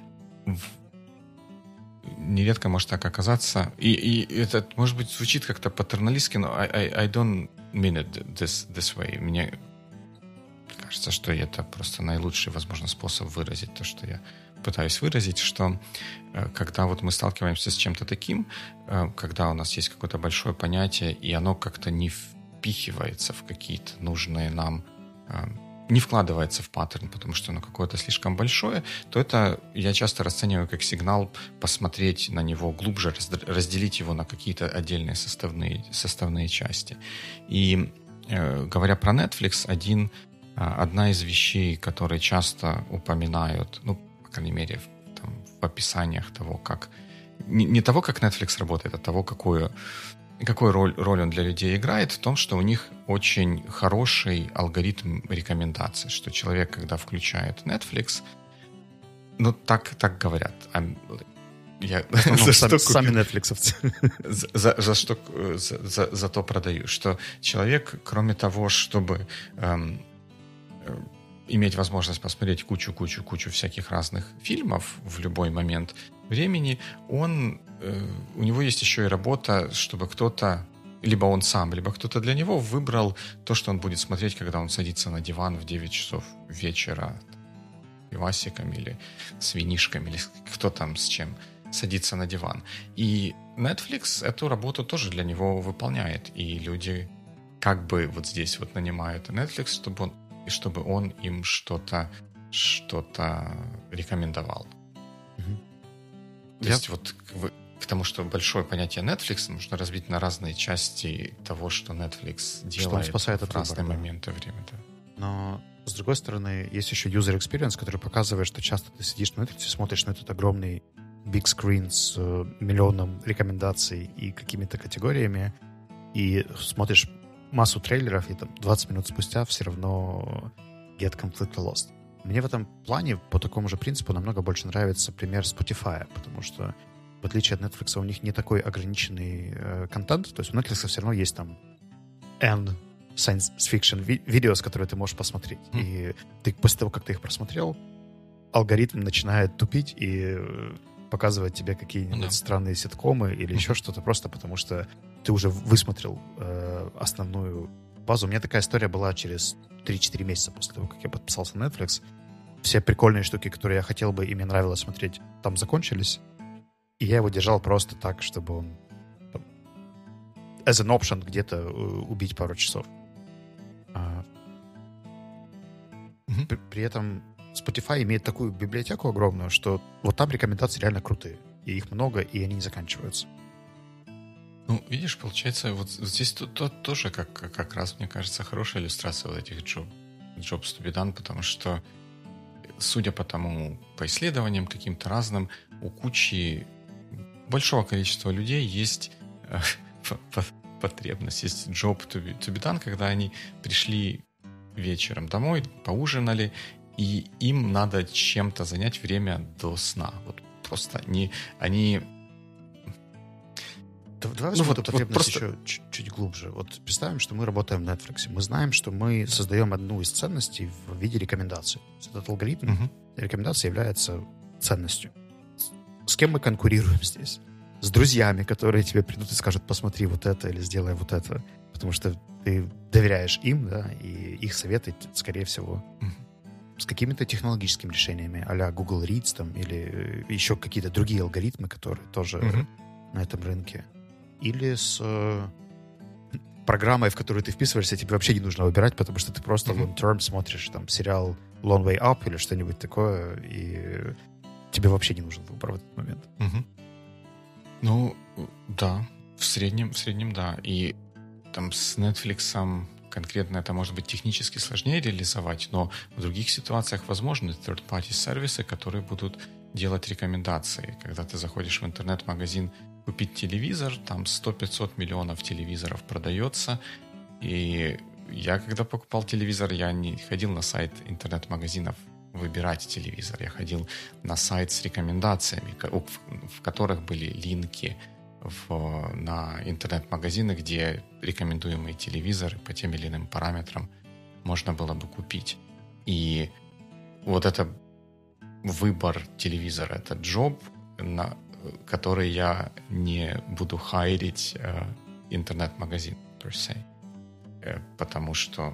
нередко может так оказаться, и это, может быть, звучит как-то патерналистски, но I don't mean it this way. Мне кажется, что это просто наилучший, возможно, способ выразить то, что я пытаюсь выразить, что когда вот мы сталкиваемся с чем-то таким, когда у нас есть какое-то большое понятие, и оно как-то не впихивается в какие-то нужные нам, не вкладывается в паттерн, потому что оно какое-то слишком большое, то это я часто расцениваю как сигнал посмотреть на него глубже, разделить его на какие-то отдельные составные части. И говоря про Netflix, одна из вещей, которые часто упоминают, ну, по крайней мере, в описаниях того, как... Не того, как Netflix работает, а того, какую роль он для людей играет, в том, что у них очень хороший алгоритм рекомендаций, что человек, когда включает Netflix, ну, так говорят. Сами нетфликсовцы. За то продаю, что человек, кроме того, чтобы иметь возможность посмотреть кучу всяких разных фильмов в любой момент времени, у него есть еще и работа, чтобы кто-то, либо он сам, либо кто-то для него выбрал то, что он будет смотреть, когда он садится на диван в 9 часов вечера с пивасиком или с винишком, или кто там с чем садится на диван. И Netflix эту работу тоже для него выполняет. И люди как бы вот здесь вот нанимают Netflix, чтобы он им что-то рекомендовал. То есть вот к тому, что большое понятие Netflix нужно разбить на разные части того, что Netflix делает спасает в разные моменты времени. Да. Но, с другой стороны, есть еще user experience, который показывает, что часто ты сидишь на Netflix и смотришь на этот огромный big screen с миллионом рекомендаций и какими-то категориями, и смотришь массу трейлеров, и там 20 минут спустя все равно get completely lost. Мне в этом плане по такому же принципу намного больше нравится пример Spotify, потому что в отличие от Netflix у них не такой ограниченный контент, то есть у Netflix все равно есть там N science fiction видео, которые ты можешь посмотреть. И ты после того, как ты их просмотрел, алгоритм начинает тупить и показывать тебе какие-нибудь странные ситкомы или еще что-то, просто потому что ты уже высмотрел основную базу. У меня такая история была через 3-4 месяца после того, как я подписался на Netflix. Все прикольные штуки, которые я хотел бы и мне нравилось смотреть, там закончились. И я его держал просто так, чтобы он там, as an option где-то убить пару часов. При этом Spotify имеет такую библиотеку огромную, что вот там рекомендации реально крутые. И их много, и они не заканчиваются. Ну, видишь, получается, вот здесь тоже как раз, мне кажется, хорошая иллюстрация вот этих jobs to be done, потому что, судя по исследованиям каким-то разным, у кучи большого количества людей есть потребность, есть job to be done, когда они пришли вечером домой, поужинали, и им надо чем-то занять время до сна. Вот просто они... Давай возьмем эту потребность еще чуть глубже. Вот представим, что мы работаем в Netflix. Мы знаем, что мы создаем одну из ценностей в виде рекомендаций. Этот алгоритм рекомендаций является ценностью. С кем мы конкурируем здесь? С друзьями, которые тебе придут и скажут, посмотри вот это или сделай вот это. потому что ты доверяешь им, да, и их советы, скорее всего, с какими-то технологическими решениями, а-ля Google Reads там, или еще какие-то другие алгоритмы, которые тоже на этом рынке. Или с программой, в которую ты вписываешься, тебе вообще не нужно выбирать, потому что ты просто long-term смотришь там сериал Long Way Up или что-нибудь такое, и тебе вообще не нужен выбор в этот момент. Ну, да, в среднем, да. И там с Netflix конкретно это может быть технически сложнее реализовать, но в других ситуациях возможны third-party сервисы, которые будут делать рекомендации. Когда ты заходишь в интернет-магазин купить телевизор, там 100-500 миллионов телевизоров продается, и я, когда покупал телевизор, я не ходил на сайт интернет-магазинов выбирать телевизор, я ходил на сайт с рекомендациями, в которых были линки на интернет-магазины, где рекомендуемые телевизоры по тем или иным параметрам можно было бы купить. И вот это выбор телевизора, это джоб, на который я не буду хайрить интернет-магазин per se. Потому что,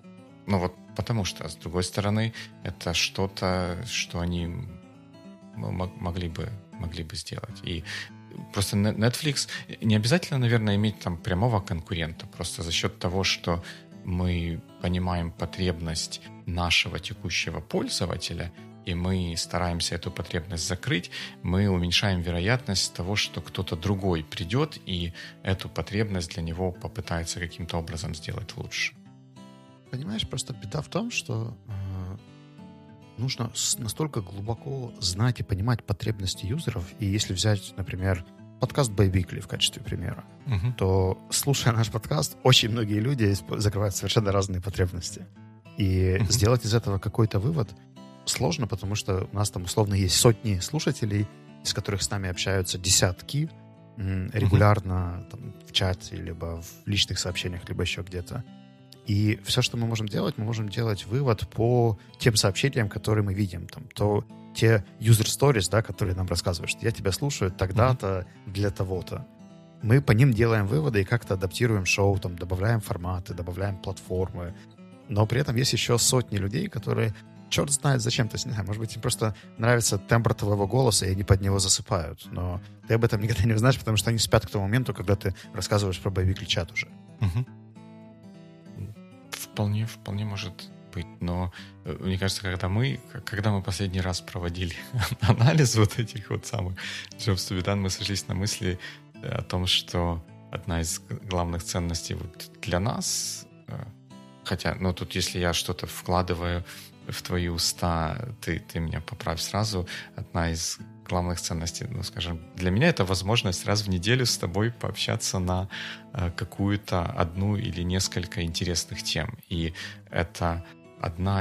с другой стороны, это что-то, что они могли бы сделать. И просто Netflix не обязательно, наверное, иметь там прямого конкурента. Просто за счет того, что мы понимаем потребность нашего текущего пользователя, и мы стараемся эту потребность закрыть, мы уменьшаем вероятность того, что кто-то другой придет и эту потребность для него попытается каким-то образом сделать лучше. Понимаешь, просто беда в том, что нужно настолько глубоко знать и понимать потребности юзеров. И если взять, например, подкаст Biweekly в качестве примера, то, слушая наш подкаст, очень многие люди закрывают совершенно разные потребности. И сделать из этого какой-то вывод сложно, потому что у нас там условно есть сотни слушателей, из которых с нами общаются десятки регулярно там, в чате, либо в личных сообщениях, либо еще где-то. И все, что мы можем делать вывод по тем сообщениям, которые мы видим. Там, те user stories, да, которые нам рассказывают, что я тебя слушаю тогда-то для того-то. Мы по ним делаем выводы и как-то адаптируем шоу, там, добавляем форматы, добавляем платформы. Но при этом есть еще сотни людей, которые черт знает зачем. То есть, не знаю, может быть, им просто нравится тембр твоего голоса, и они под него засыпают. Но ты об этом никогда не узнаешь, потому что они спят к тому моменту, когда ты рассказываешь про Biweekly чат уже. Вполне может быть. Но мне кажется, когда мы последний раз проводили анализ вот этих вот самых Jobs to be done, мы сошлись на мысли о том, что одна из главных ценностей вот для нас, хотя, тут если я что-то вкладываю в твои уста, ты меня поправь сразу, одна из главных ценностей, скажем, для меня это возможность раз в неделю с тобой пообщаться на какую-то одну или несколько интересных тем. И это одна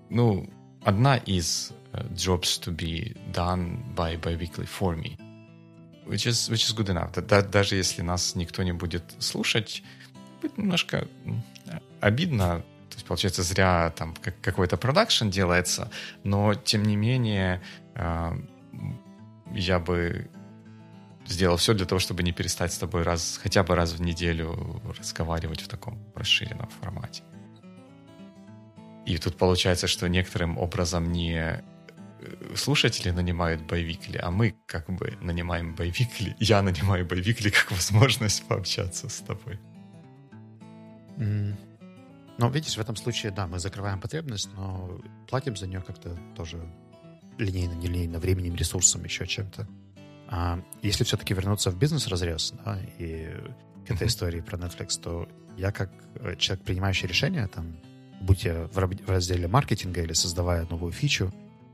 из jobs to be done by Biweekly for me, which is good enough. Даже если нас никто не будет слушать, будет немножко обидно. То есть, получается, зря там какой-то продакшн делается, но, тем не менее, я бы сделал все для того, чтобы не перестать с тобой хотя бы раз в неделю разговаривать в таком расширенном формате. И тут получается, что некоторым образом не слушатели нанимают Biweekly, а мы как бы нанимаем Biweekly. Я нанимаю Biweekly как возможность пообщаться с тобой. Но видишь, в этом случае, да, мы закрываем потребность, но платим за нее как-то тоже линейно, нелинейно, временем, ресурсом, еще чем-то. А если все-таки вернуться в бизнес-разрез, да, и к этой истории про Netflix, то я как человек, принимающий решения, там, будь я в разделе маркетинга или создавая новую фичу,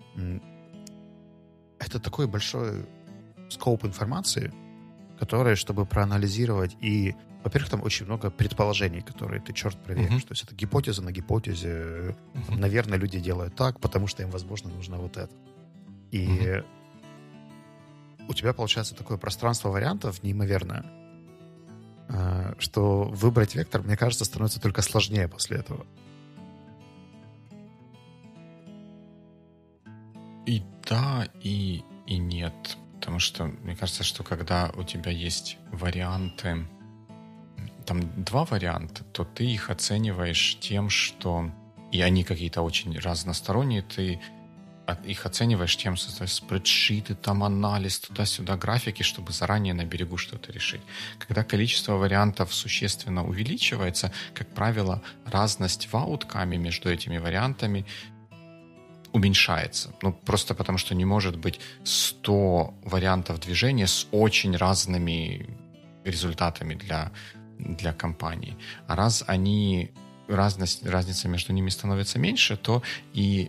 это такой большой скоуп информации, который, чтобы проанализировать и, во-первых, там очень много предположений, которые ты, черт проверишь. То есть это гипотеза на гипотезе. Наверное, люди делают так, потому что им, возможно, нужно вот это. И у тебя получается такое пространство вариантов неимоверное, что выбрать вектор, мне кажется, становится только сложнее после этого. И да, и нет. Потому что мне кажется, что когда у тебя есть варианты там два варианта, то ты их оцениваешь тем, что... И они какие-то очень разносторонние, ты их оцениваешь тем, что спредшиты, там анализ, туда-сюда, графики, чтобы заранее на берегу что-то решить. Когда количество вариантов существенно увеличивается, как правило, разность в ауткаме между этими вариантами уменьшается. Ну, просто потому, что не может быть 100 вариантов движения с очень разными результатами для компании. А раз разница между ними становится меньше, то и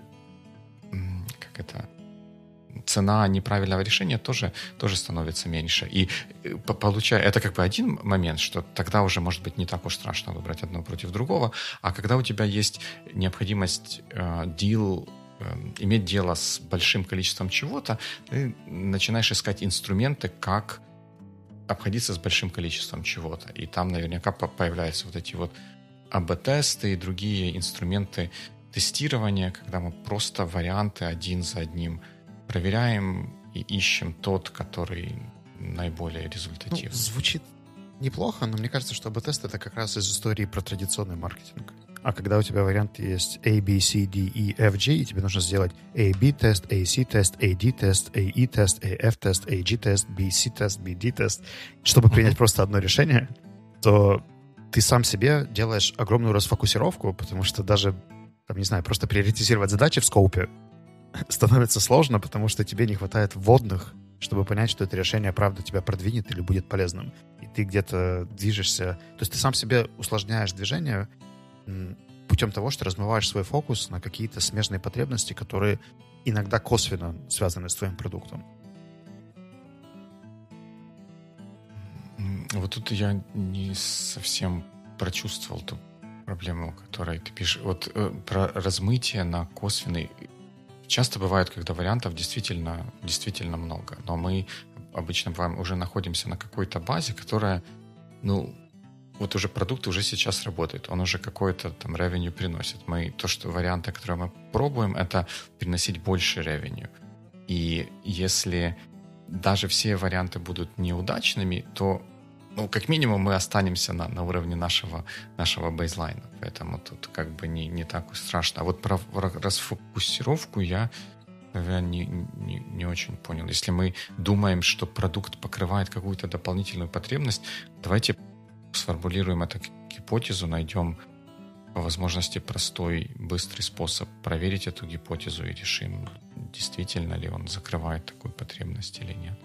цена неправильного решения тоже становится меньше. И это как бы один момент, что тогда уже может быть не так уж страшно выбрать одно против другого. А когда у тебя есть необходимость иметь дело с большим количеством чего-то, ты начинаешь искать инструменты, как обходиться с большим количеством чего-то. И там наверняка появляются вот эти вот АБ-тесты и другие инструменты тестирования, когда мы просто варианты один за одним проверяем и ищем тот, который наиболее результативный. Ну, звучит неплохо, но мне кажется, что АБ-тест — это как раз из истории про традиционный маркетинг. А когда у тебя варианты есть A, B, C, D, E, F, G, и тебе нужно сделать A-B-тест, A-C-тест, A-D-тест, A-E-тест, A-F-тест, A-G-тест, B-C-тест, B-D-тест, чтобы принять просто одно решение, то ты сам себе делаешь огромную расфокусировку, потому что даже, там, не знаю, просто приоритизировать задачи в скоупе становится сложно, потому что тебе не хватает вводных, чтобы понять, что это решение правда тебя продвинет или будет полезным. И ты где-то движешься... То есть ты сам себе усложняешь движение путем того, что размываешь свой фокус на какие-то смежные потребности, которые иногда косвенно связаны с твоим продуктом. Вот тут я не совсем прочувствовал ту проблему, о которой ты пишешь. Вот про размытие на косвенный... Часто бывает, когда вариантов действительно много, но мы обычно уже находимся на какой-то базе, которая, вот уже продукт уже сейчас работает, он уже какой-то там revenue приносит. Варианты, которые мы пробуем, это приносить больше revenue. И если даже все варианты будут неудачными, то как минимум мы останемся на уровне нашего бейзлайна. Поэтому тут как бы не так уж страшно. А вот про расфокусировку я, наверное, не очень понял. Если мы думаем, что продукт покрывает какую-то дополнительную потребность, давайте сформулируем эту гипотезу, найдем по возможности простой, быстрый способ проверить эту гипотезу и решим, действительно ли он закрывает такую потребность или нет.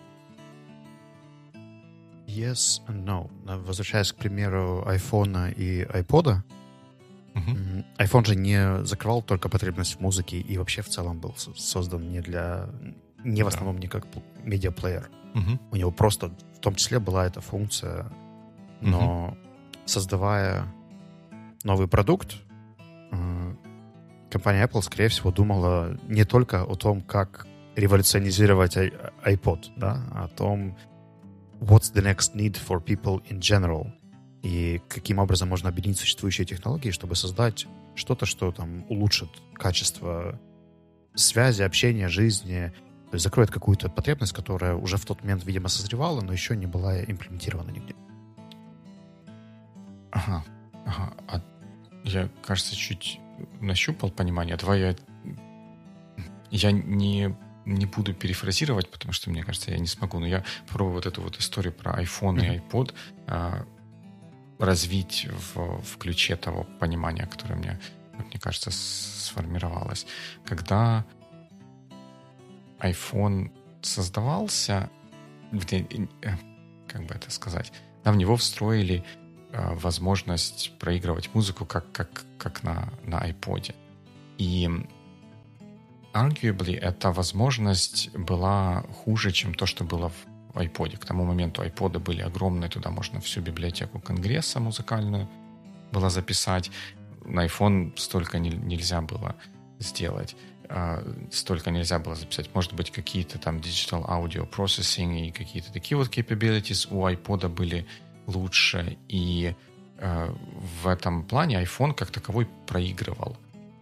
Yes and no. Возвращаясь к примеру iPhone и iPod, iPhone же не закрывал только потребность в музыке и вообще в целом был создан не в основном не как медиаплеер. У него просто в том числе была эта функция, но создавая новый продукт, компания Apple, скорее всего, думала не только о том, как революционизировать iPod, да, а о том, what's the next need for people in general, и каким образом можно объединить существующие технологии, чтобы создать что-то, что там улучшит качество связи, общения, жизни, то есть закроет какую-то потребность, которая уже в тот момент, видимо, созревала, но еще не была имплементирована нигде. Ага. А я, кажется, чуть нащупал понимание. Давай я не буду перефразировать, потому что, мне кажется, я не смогу, но я попробую вот эту вот историю про iPhone и iPod развить в ключе того понимания, которое мне кажется, сформировалось. Когда iPhone создавался, как бы это сказать, в него встроили возможность проигрывать музыку как на iPod. И arguably эта возможность была хуже, чем то, что было в iPod. К тому моменту iPod были огромные, туда можно всю библиотеку Конгресса музыкальную было записать. На iPhone столько нельзя было сделать. Столько нельзя было записать. Может быть, какие-то там digital audio processing и какие-то такие вот capabilities у iPod были лучше. И в этом плане iPhone как таковой проигрывал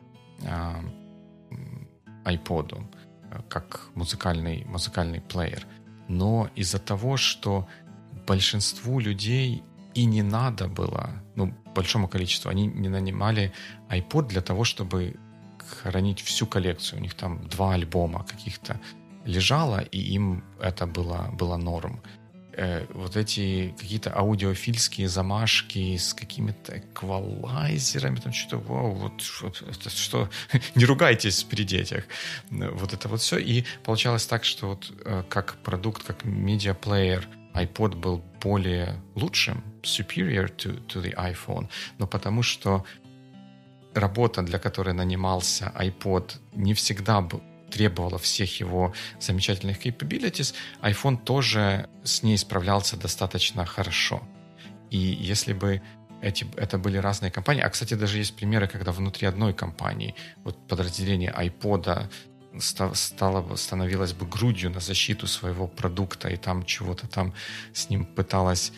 iPod как музыкальный плеер. Но из-за того, что большинству людей и не надо было, большому количеству, они не нанимали iPod для того, чтобы хранить всю коллекцию. У них там 2 альбома каких-то лежало, и им это было норм. Вот эти какие-то аудиофильские замашки с какими-то эквалайзерами, там что-то, это что, не ругайтесь при детях. Вот это вот все. И получалось так, что вот как продукт, как медиаплеер, iPod был более лучшим, superior to the iPhone, но потому что работа, для которой нанимался iPod, не всегда требовала всех его замечательных capabilities, iPhone тоже с ней справлялся достаточно хорошо. И если бы это были разные компании, а, кстати, даже есть примеры, когда внутри одной компании вот подразделение iPod становилось бы грудью на защиту своего продукта, и там чего-то там с ним пыталась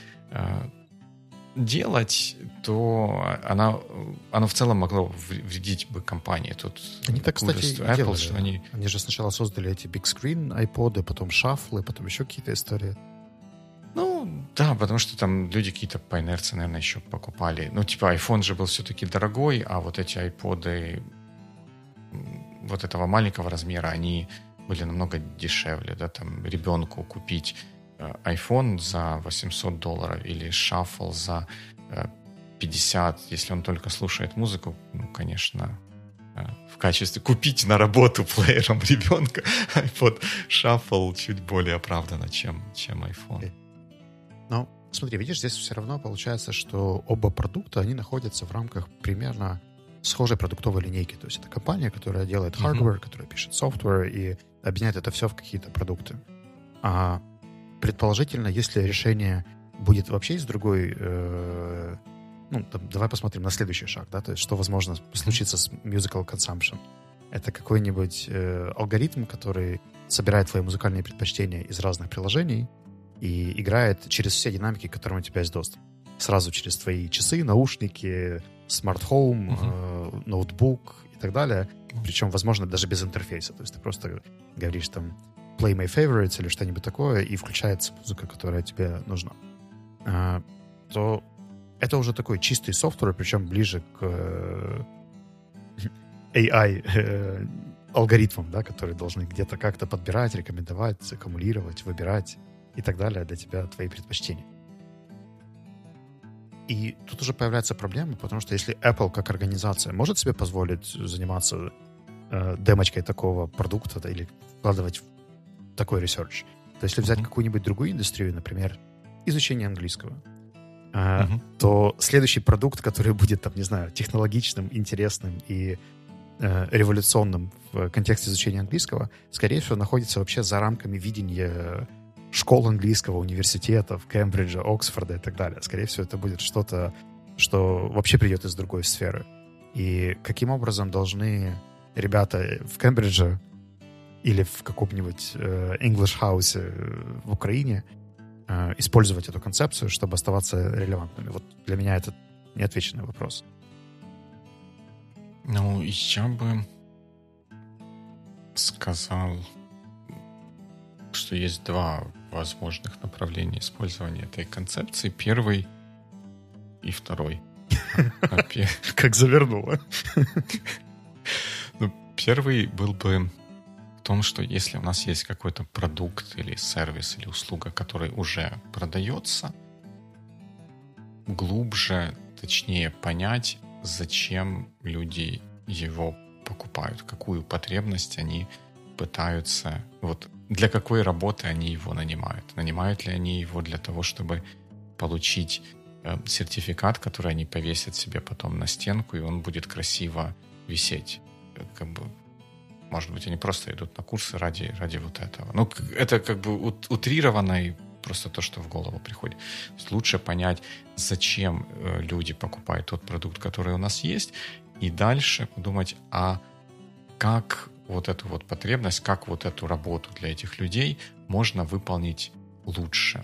делать, то оно в целом могло вредить бы компании. Тут они так, кстати, Apple, делали. что они же сначала создали эти Big Screen iPod, потом шафлы, потом еще какие-то истории. Да, потому что там люди какие-то по инерции, наверное, еще покупали. iPhone же был все-таки дорогой, а вот эти iPod'ы вот этого маленького размера, они были намного дешевле, да, там ребенку купить iPhone за $800 или Shuffle за 50, если он только слушает музыку, конечно, в качестве купить на работу плеером ребенка iPod Shuffle чуть более оправданно, чем iPhone. Смотри, видишь, здесь все равно получается, что оба продукта, они находятся в рамках примерно схожей продуктовой линейки. То есть это компания, которая делает hardware, которая пишет software и объединяет это все в какие-то продукты. А предположительно, если решение будет вообще из другой... давай посмотрим на следующий шаг, да, то есть что, возможно, случится с musical consumption. Это какой-нибудь алгоритм, который собирает твои музыкальные предпочтения из разных приложений и играет через все динамики, к которым у тебя есть доступ. Сразу через твои часы, наушники, смарт-хоум, ноутбук и так далее. Причем, возможно, даже без интерфейса. То есть ты просто говоришь там play my favorites или что-нибудь такое, и включается музыка, которая тебе нужна. То это уже такой чистый софтвер, причем ближе к AI алгоритмам, да, которые должны где-то как-то подбирать, рекомендовать, аккумулировать, выбирать и так далее для тебя, твои предпочтения. И тут уже появляется проблема, потому что если Apple как организация может себе позволить заниматься демочкой такого продукта или вкладывать в такой ресерч, то если взять какую-нибудь другую индустрию, например, изучение английского, то следующий продукт, который будет, там, не знаю, технологичным, интересным и революционным в контексте изучения английского, скорее всего, находится вообще за рамками видения школ английского, университетов, Кембриджа, Оксфорда и так далее. Скорее всего, это будет что-то, что вообще придет из другой сферы. И каким образом должны ребята в Кембридже или в каком-нибудь English House в Украине использовать эту концепцию, чтобы оставаться релевантными? Вот для меня это неотвеченный вопрос. Я бы сказал, что есть два возможных направления использования этой концепции. Первый и второй. Как завернуло. Первый был бы в том, что если у нас есть какой-то продукт или сервис или услуга, который уже продается, глубже, точнее понять, зачем люди его покупают, какую потребность они пытаются, для какой работы они его нанимают. Нанимают ли они его для того, чтобы получить сертификат, который они повесят себе потом на стенку, и он будет красиво висеть. Может быть, они просто идут на курсы ради вот этого. Это утрированно и просто то, что в голову приходит. То есть лучше понять, зачем люди покупают тот продукт, который у нас есть, и дальше подумать, а как эту потребность, как эту работу для этих людей можно выполнить лучше.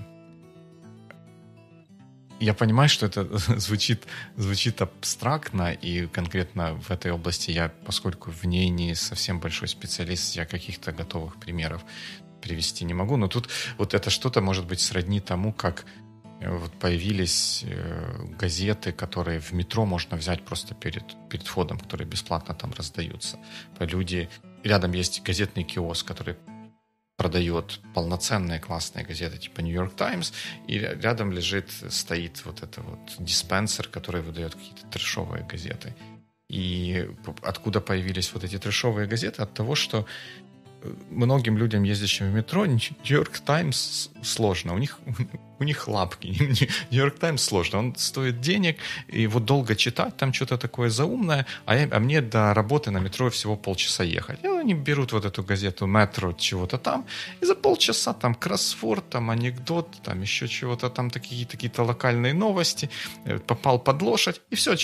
Я понимаю, что это звучит абстрактно, и конкретно в этой области я, поскольку в ней не совсем большой специалист, я каких-то готовых примеров привести не могу. Но тут это что-то может быть сродни тому, как вот появились газеты, которые в метро можно взять просто перед входом, которые бесплатно там раздаются. Рядом есть газетный киоск, который продает полноценные классные газеты типа New York Times, и рядом стоит вот это вот диспенсер, который выдает какие-то трэшовые газеты. И откуда появились вот эти трэшовые газеты? От того, что многим людям, ездящим в метро, New York Times сложно. У них лапки. New York Times сложно. Он стоит денег, и его долго читать, там что-то такое заумное, а мне до работы на метро всего полчаса ехать. И они берут вот эту газету «Метро» чего-то там, и за полчаса там кроссворд, там анекдот, там еще чего-то там, какие-то локальные новости, попал под лошадь, и все,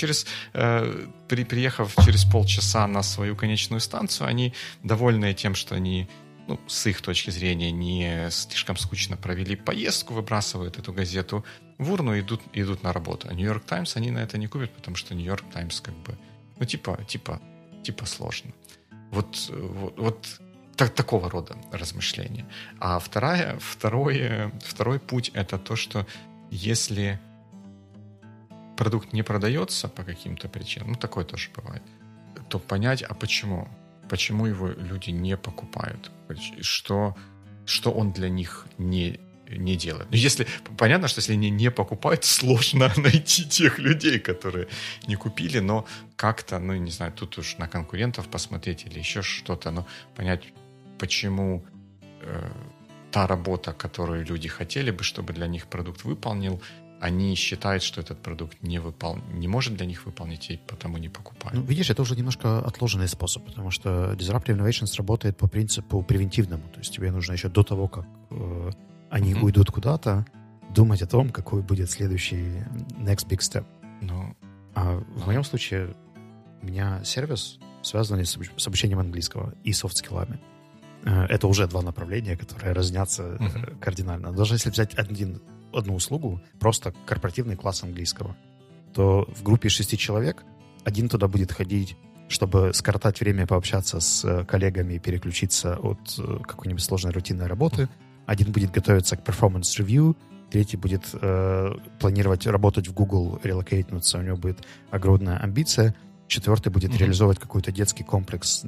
приехав через полчаса на свою конечную станцию, они, довольные тем, что они, с их точки зрения, не слишком скучно провели поездку, выбрасывают эту газету в урну и идут на работу. А New York Times они на это не купят, потому что New York Times как бы, типа сложно. Вот такого рода размышления. А второй путь — это то, что если продукт не продается по каким-то причинам, такое тоже бывает, то понять, а почему? Почему его люди не покупают? Что он для них не делает? Понятно, что если они не покупают, сложно найти тех людей, которые не купили, но как-то, не знаю, тут уж на конкурентов посмотреть или еще что-то, но понять, почему та работа, которую люди хотели бы, чтобы для них продукт выполнил, они считают, что этот продукт не может для них выполнить, и потому не покупают. Видишь, это уже немножко отложенный способ, потому что Disruptive Innovations работает по принципу превентивному. То есть тебе нужно еще до того, как они уйдут куда-то, думать о том, какой будет следующий next big step. А в моем случае у меня сервис, связанный с обучением английского и софт-скиллами. Это уже два направления, которые разнятся кардинально. Даже если взять одну услугу, просто корпоративный класс английского, то в группе 6 человек один туда будет ходить, чтобы скоротать время, пообщаться с коллегами и переключиться от какой-нибудь сложной рутинной работы. Один будет готовиться к performance review, третий будет планировать работать в Google, релокейтнуться, у него будет огромная амбиция, четвертый будет реализовывать какой-то детский комплекс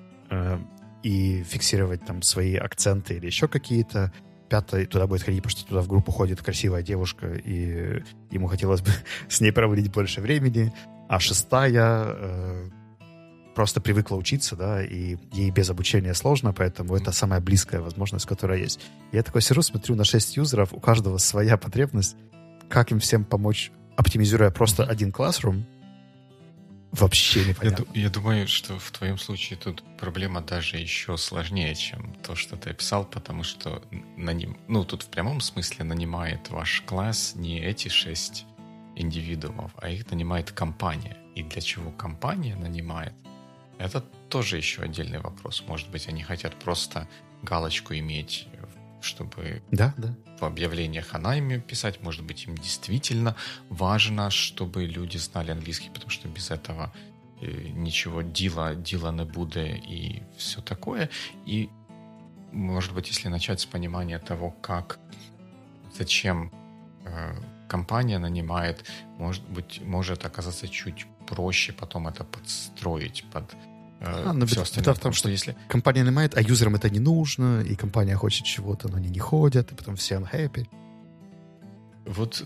и фиксировать там свои акценты или еще какие-то. Пятый туда будет ходить, потому что туда в группу ходит красивая девушка, и ему хотелось бы с ней проводить больше времени. А шестая просто привыкла учиться, да, и ей без обучения сложно, поэтому это самая близкая возможность, которая есть. Я такой сижу, смотрю на 6 юзеров, у каждого своя потребность. Как им всем помочь, оптимизируя просто один Classroom, вообще непонятно. Я думаю, что в твоем случае тут проблема даже еще сложнее, чем то, что ты описал, потому что тут в прямом смысле нанимает ваш класс не эти 6 индивидуумов, а их нанимает компания. И для чего компания нанимает, это тоже еще отдельный вопрос. Может быть, они хотят просто галочку иметь, чтобы в объявлениях о найме писать. Может быть, им действительно важно, чтобы люди знали английский, потому что без этого ничего дела не будет и все такое. И, может быть, если начать с понимания того, зачем компания нанимает, может оказаться чуть проще потом это подстроить под все остальное. Беда в том, что если компания нанимает, а юзерам это не нужно, и компания хочет чего-то, но они не ходят, и потом все unhappy. Вот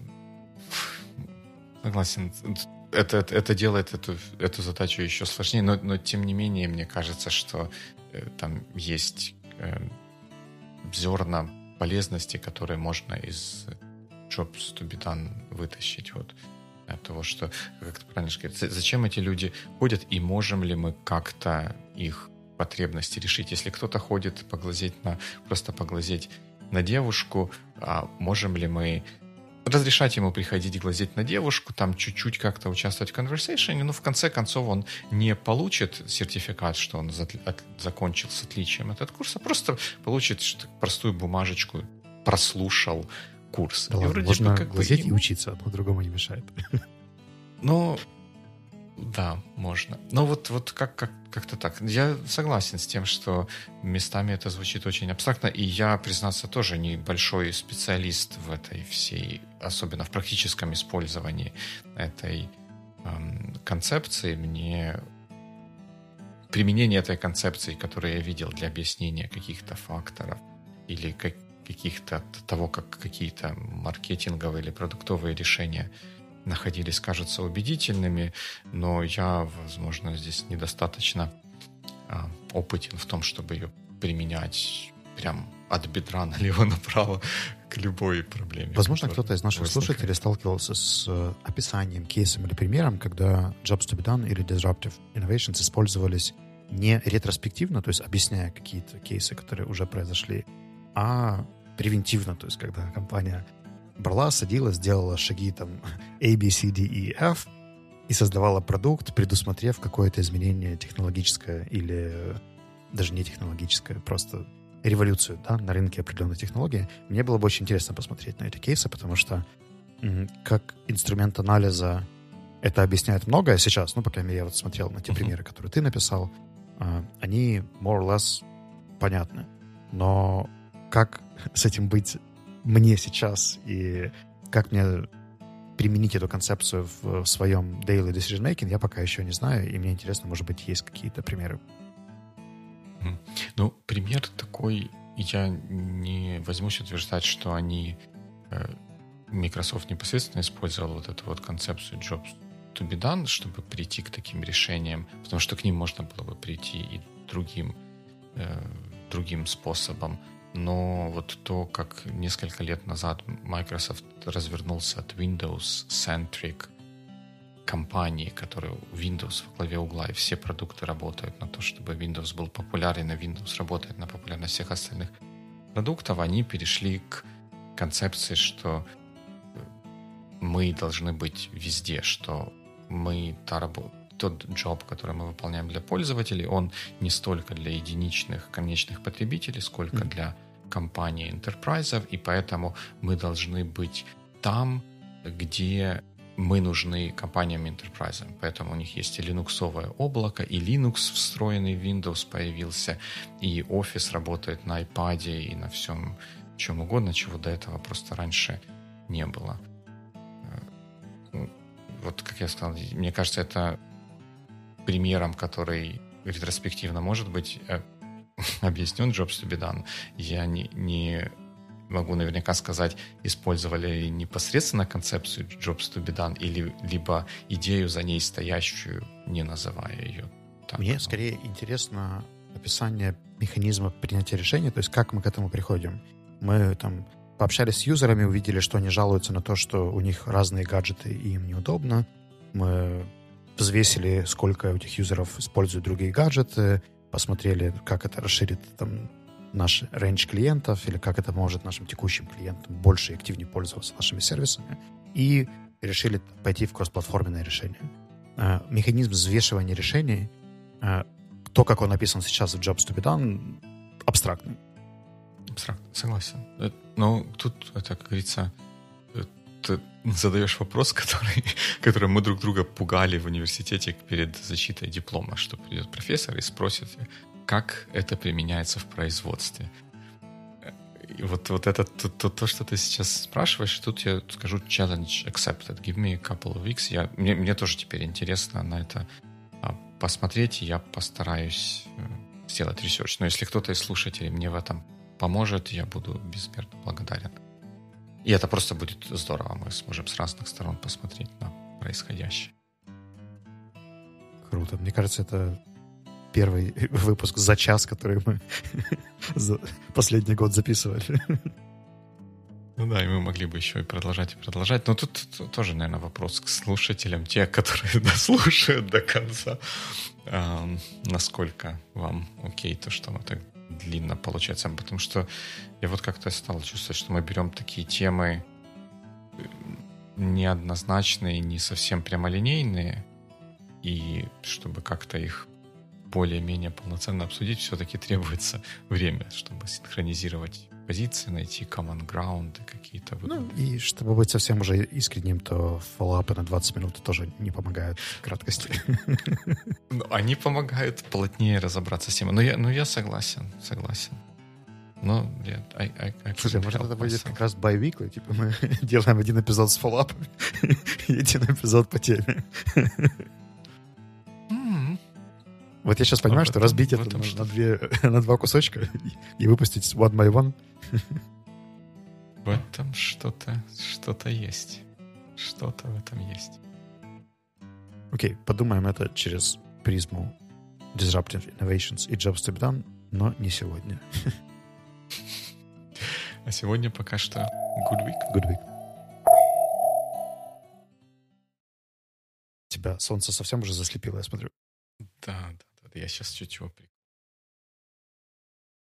согласен. Это делает эту задачу еще сложнее, но тем не менее, мне кажется, что там есть зерна полезности, которые можно из jobs to be done вытащить. От того, что, как ты правильно сказать, зачем эти люди ходят, и можем ли мы как-то их потребности решить. Если кто-то ходит просто поглазеть на девушку, можем ли мы разрешать ему приходить глазеть на девушку, там чуть-чуть как-то участвовать в conversation, но в конце концов он не получит сертификат, что он закончил с отличием этот курс, а просто получит простую бумажечку, прослушал курс. Да ладно, можно глазеть и учиться, одно другому не мешает. Да, можно. Но вот как-то так. Я согласен с тем, что местами это звучит очень абстрактно, и я, признаться, тоже небольшой специалист в этой всей, особенно в практическом использовании этой концепции. Мне применение этой концепции, которую я видел для объяснения каких-то факторов или каких-то того, как какие-то маркетинговые или продуктовые решения находились, кажутся убедительными, но я, возможно, здесь недостаточно опытен в том, чтобы ее применять прям от бедра налево-направо к любой проблеме. Возможно, кто-то из наших слушателей сталкивался с описанием, кейсом или примером, когда Jobs to be done или Disruptive Innovations использовались не ретроспективно, то есть объясняя какие-то кейсы, которые уже произошли, а превентивно, то есть когда компания брала, садилась, делала шаги там A, B, C, D, E, F и создавала продукт, предусмотрев какое-то изменение технологическое или даже не технологическое, просто революцию, да, на рынке определенной технологии. Мне было бы очень интересно посмотреть на эти кейсы, потому что как инструмент анализа это объясняет многое сейчас, ну, по крайней мере, я вот смотрел на те примеры, которые ты написал, они more or less понятны. Но как с этим быть мне сейчас и как мне применить эту концепцию в своем daily decision making, я пока еще не знаю, и мне интересно, может быть, есть какие-то примеры. Ну, пример такой, я не возьмусь утверждать, что Microsoft непосредственно использовал вот эту вот концепцию Jobs to be done, чтобы прийти к таким решениям, потому что к ним можно было бы прийти и другим способом. Но вот то, как несколько лет назад Microsoft развернулся от Windows-centric компании, которая Windows во главе угла, и все продукты работают на то, чтобы Windows был популярен, и Windows работает на популярность всех остальных продуктов, они перешли к концепции, что мы должны быть везде, что тот джоб, который мы выполняем для пользователей, он не столько для единичных конечных потребителей, сколько для компаний, энтерпрайзов, и поэтому мы должны быть там, где мы нужны компаниям и энтерпрайзам. Поэтому у них есть и линуксовое облако, и Linux встроенный в Windows появился, и Office работает на iPad и на всем чем угодно, чего до этого просто раньше не было. Вот, как я сказал, мне кажется, это примером, который ретроспективно может быть объяснен Jobs to be done. Я не могу наверняка сказать, использовали ли непосредственно концепцию Jobs to be done или либо идею за ней стоящую, не называя ее так. Мне скорее интересно описание механизма принятия решения, то есть как мы к этому приходим. Мы там пообщались с юзерами, увидели, что они жалуются на то, что у них разные гаджеты и им неудобно. Мы взвесили, сколько у этих юзеров используют другие гаджеты, посмотрели, как это расширит там наш рейндж клиентов или как это поможет нашим текущим клиентам больше и активнее пользоваться нашими сервисами, и решили пойти в кроссплатформенное решение. Механизм взвешивания решений, то, как он написан сейчас в Jobs to be done, абстрактный. Абстрактно, согласен. Но тут, это, как говорится, ты задаешь вопрос, который мы друг друга пугали в университете перед защитой диплома, что придет профессор и спросит, как это применяется в производстве. И вот это то, что ты сейчас спрашиваешь, тут я скажу challenge accepted. Give me a couple of weeks. Мне тоже теперь интересно на это посмотреть, и я постараюсь сделать ресерч. Но если кто-то из слушателей мне в этом поможет, я буду безмерно благодарен. И это просто будет здорово. Мы сможем с разных сторон посмотреть на происходящее. Круто. Мне кажется, это первый выпуск за час, который мы за последний год записывали. Ну да, и мы могли бы еще и продолжать. Но тут тоже, наверное, вопрос к слушателям, те, которые дослушают до конца. Насколько вам окей то, что оно так длинно получается. Потому что я вот как-то стал чувствовать, что мы берем такие темы неоднозначные, не совсем прямолинейные, и чтобы как-то их более-менее полноценно обсудить, все-таки требуется время, чтобы синхронизировать позиции, найти common ground какие-то. Ну, и чтобы быть совсем уже искренним, то фоллоуапы на 20 минут тоже не помогают в краткости. Они помогают плотнее разобраться с темой. Но я согласен. Но Слушай, может, это будет как раз bi-weekly? Типа мы делаем один эпизод с фоллоуапами и один эпизод по теме. Вот я сейчас понимаю, что разбить это на два кусочка и выпустить one by one. В этом что-то есть. Что-то в этом есть. Окей, подумаем это через призму Disruptive Innovations и Jobs to be done, но не сегодня. А сегодня пока что good week. Good week. Тебя солнце совсем уже заслепило, я смотрю. Да. Я сейчас чуть его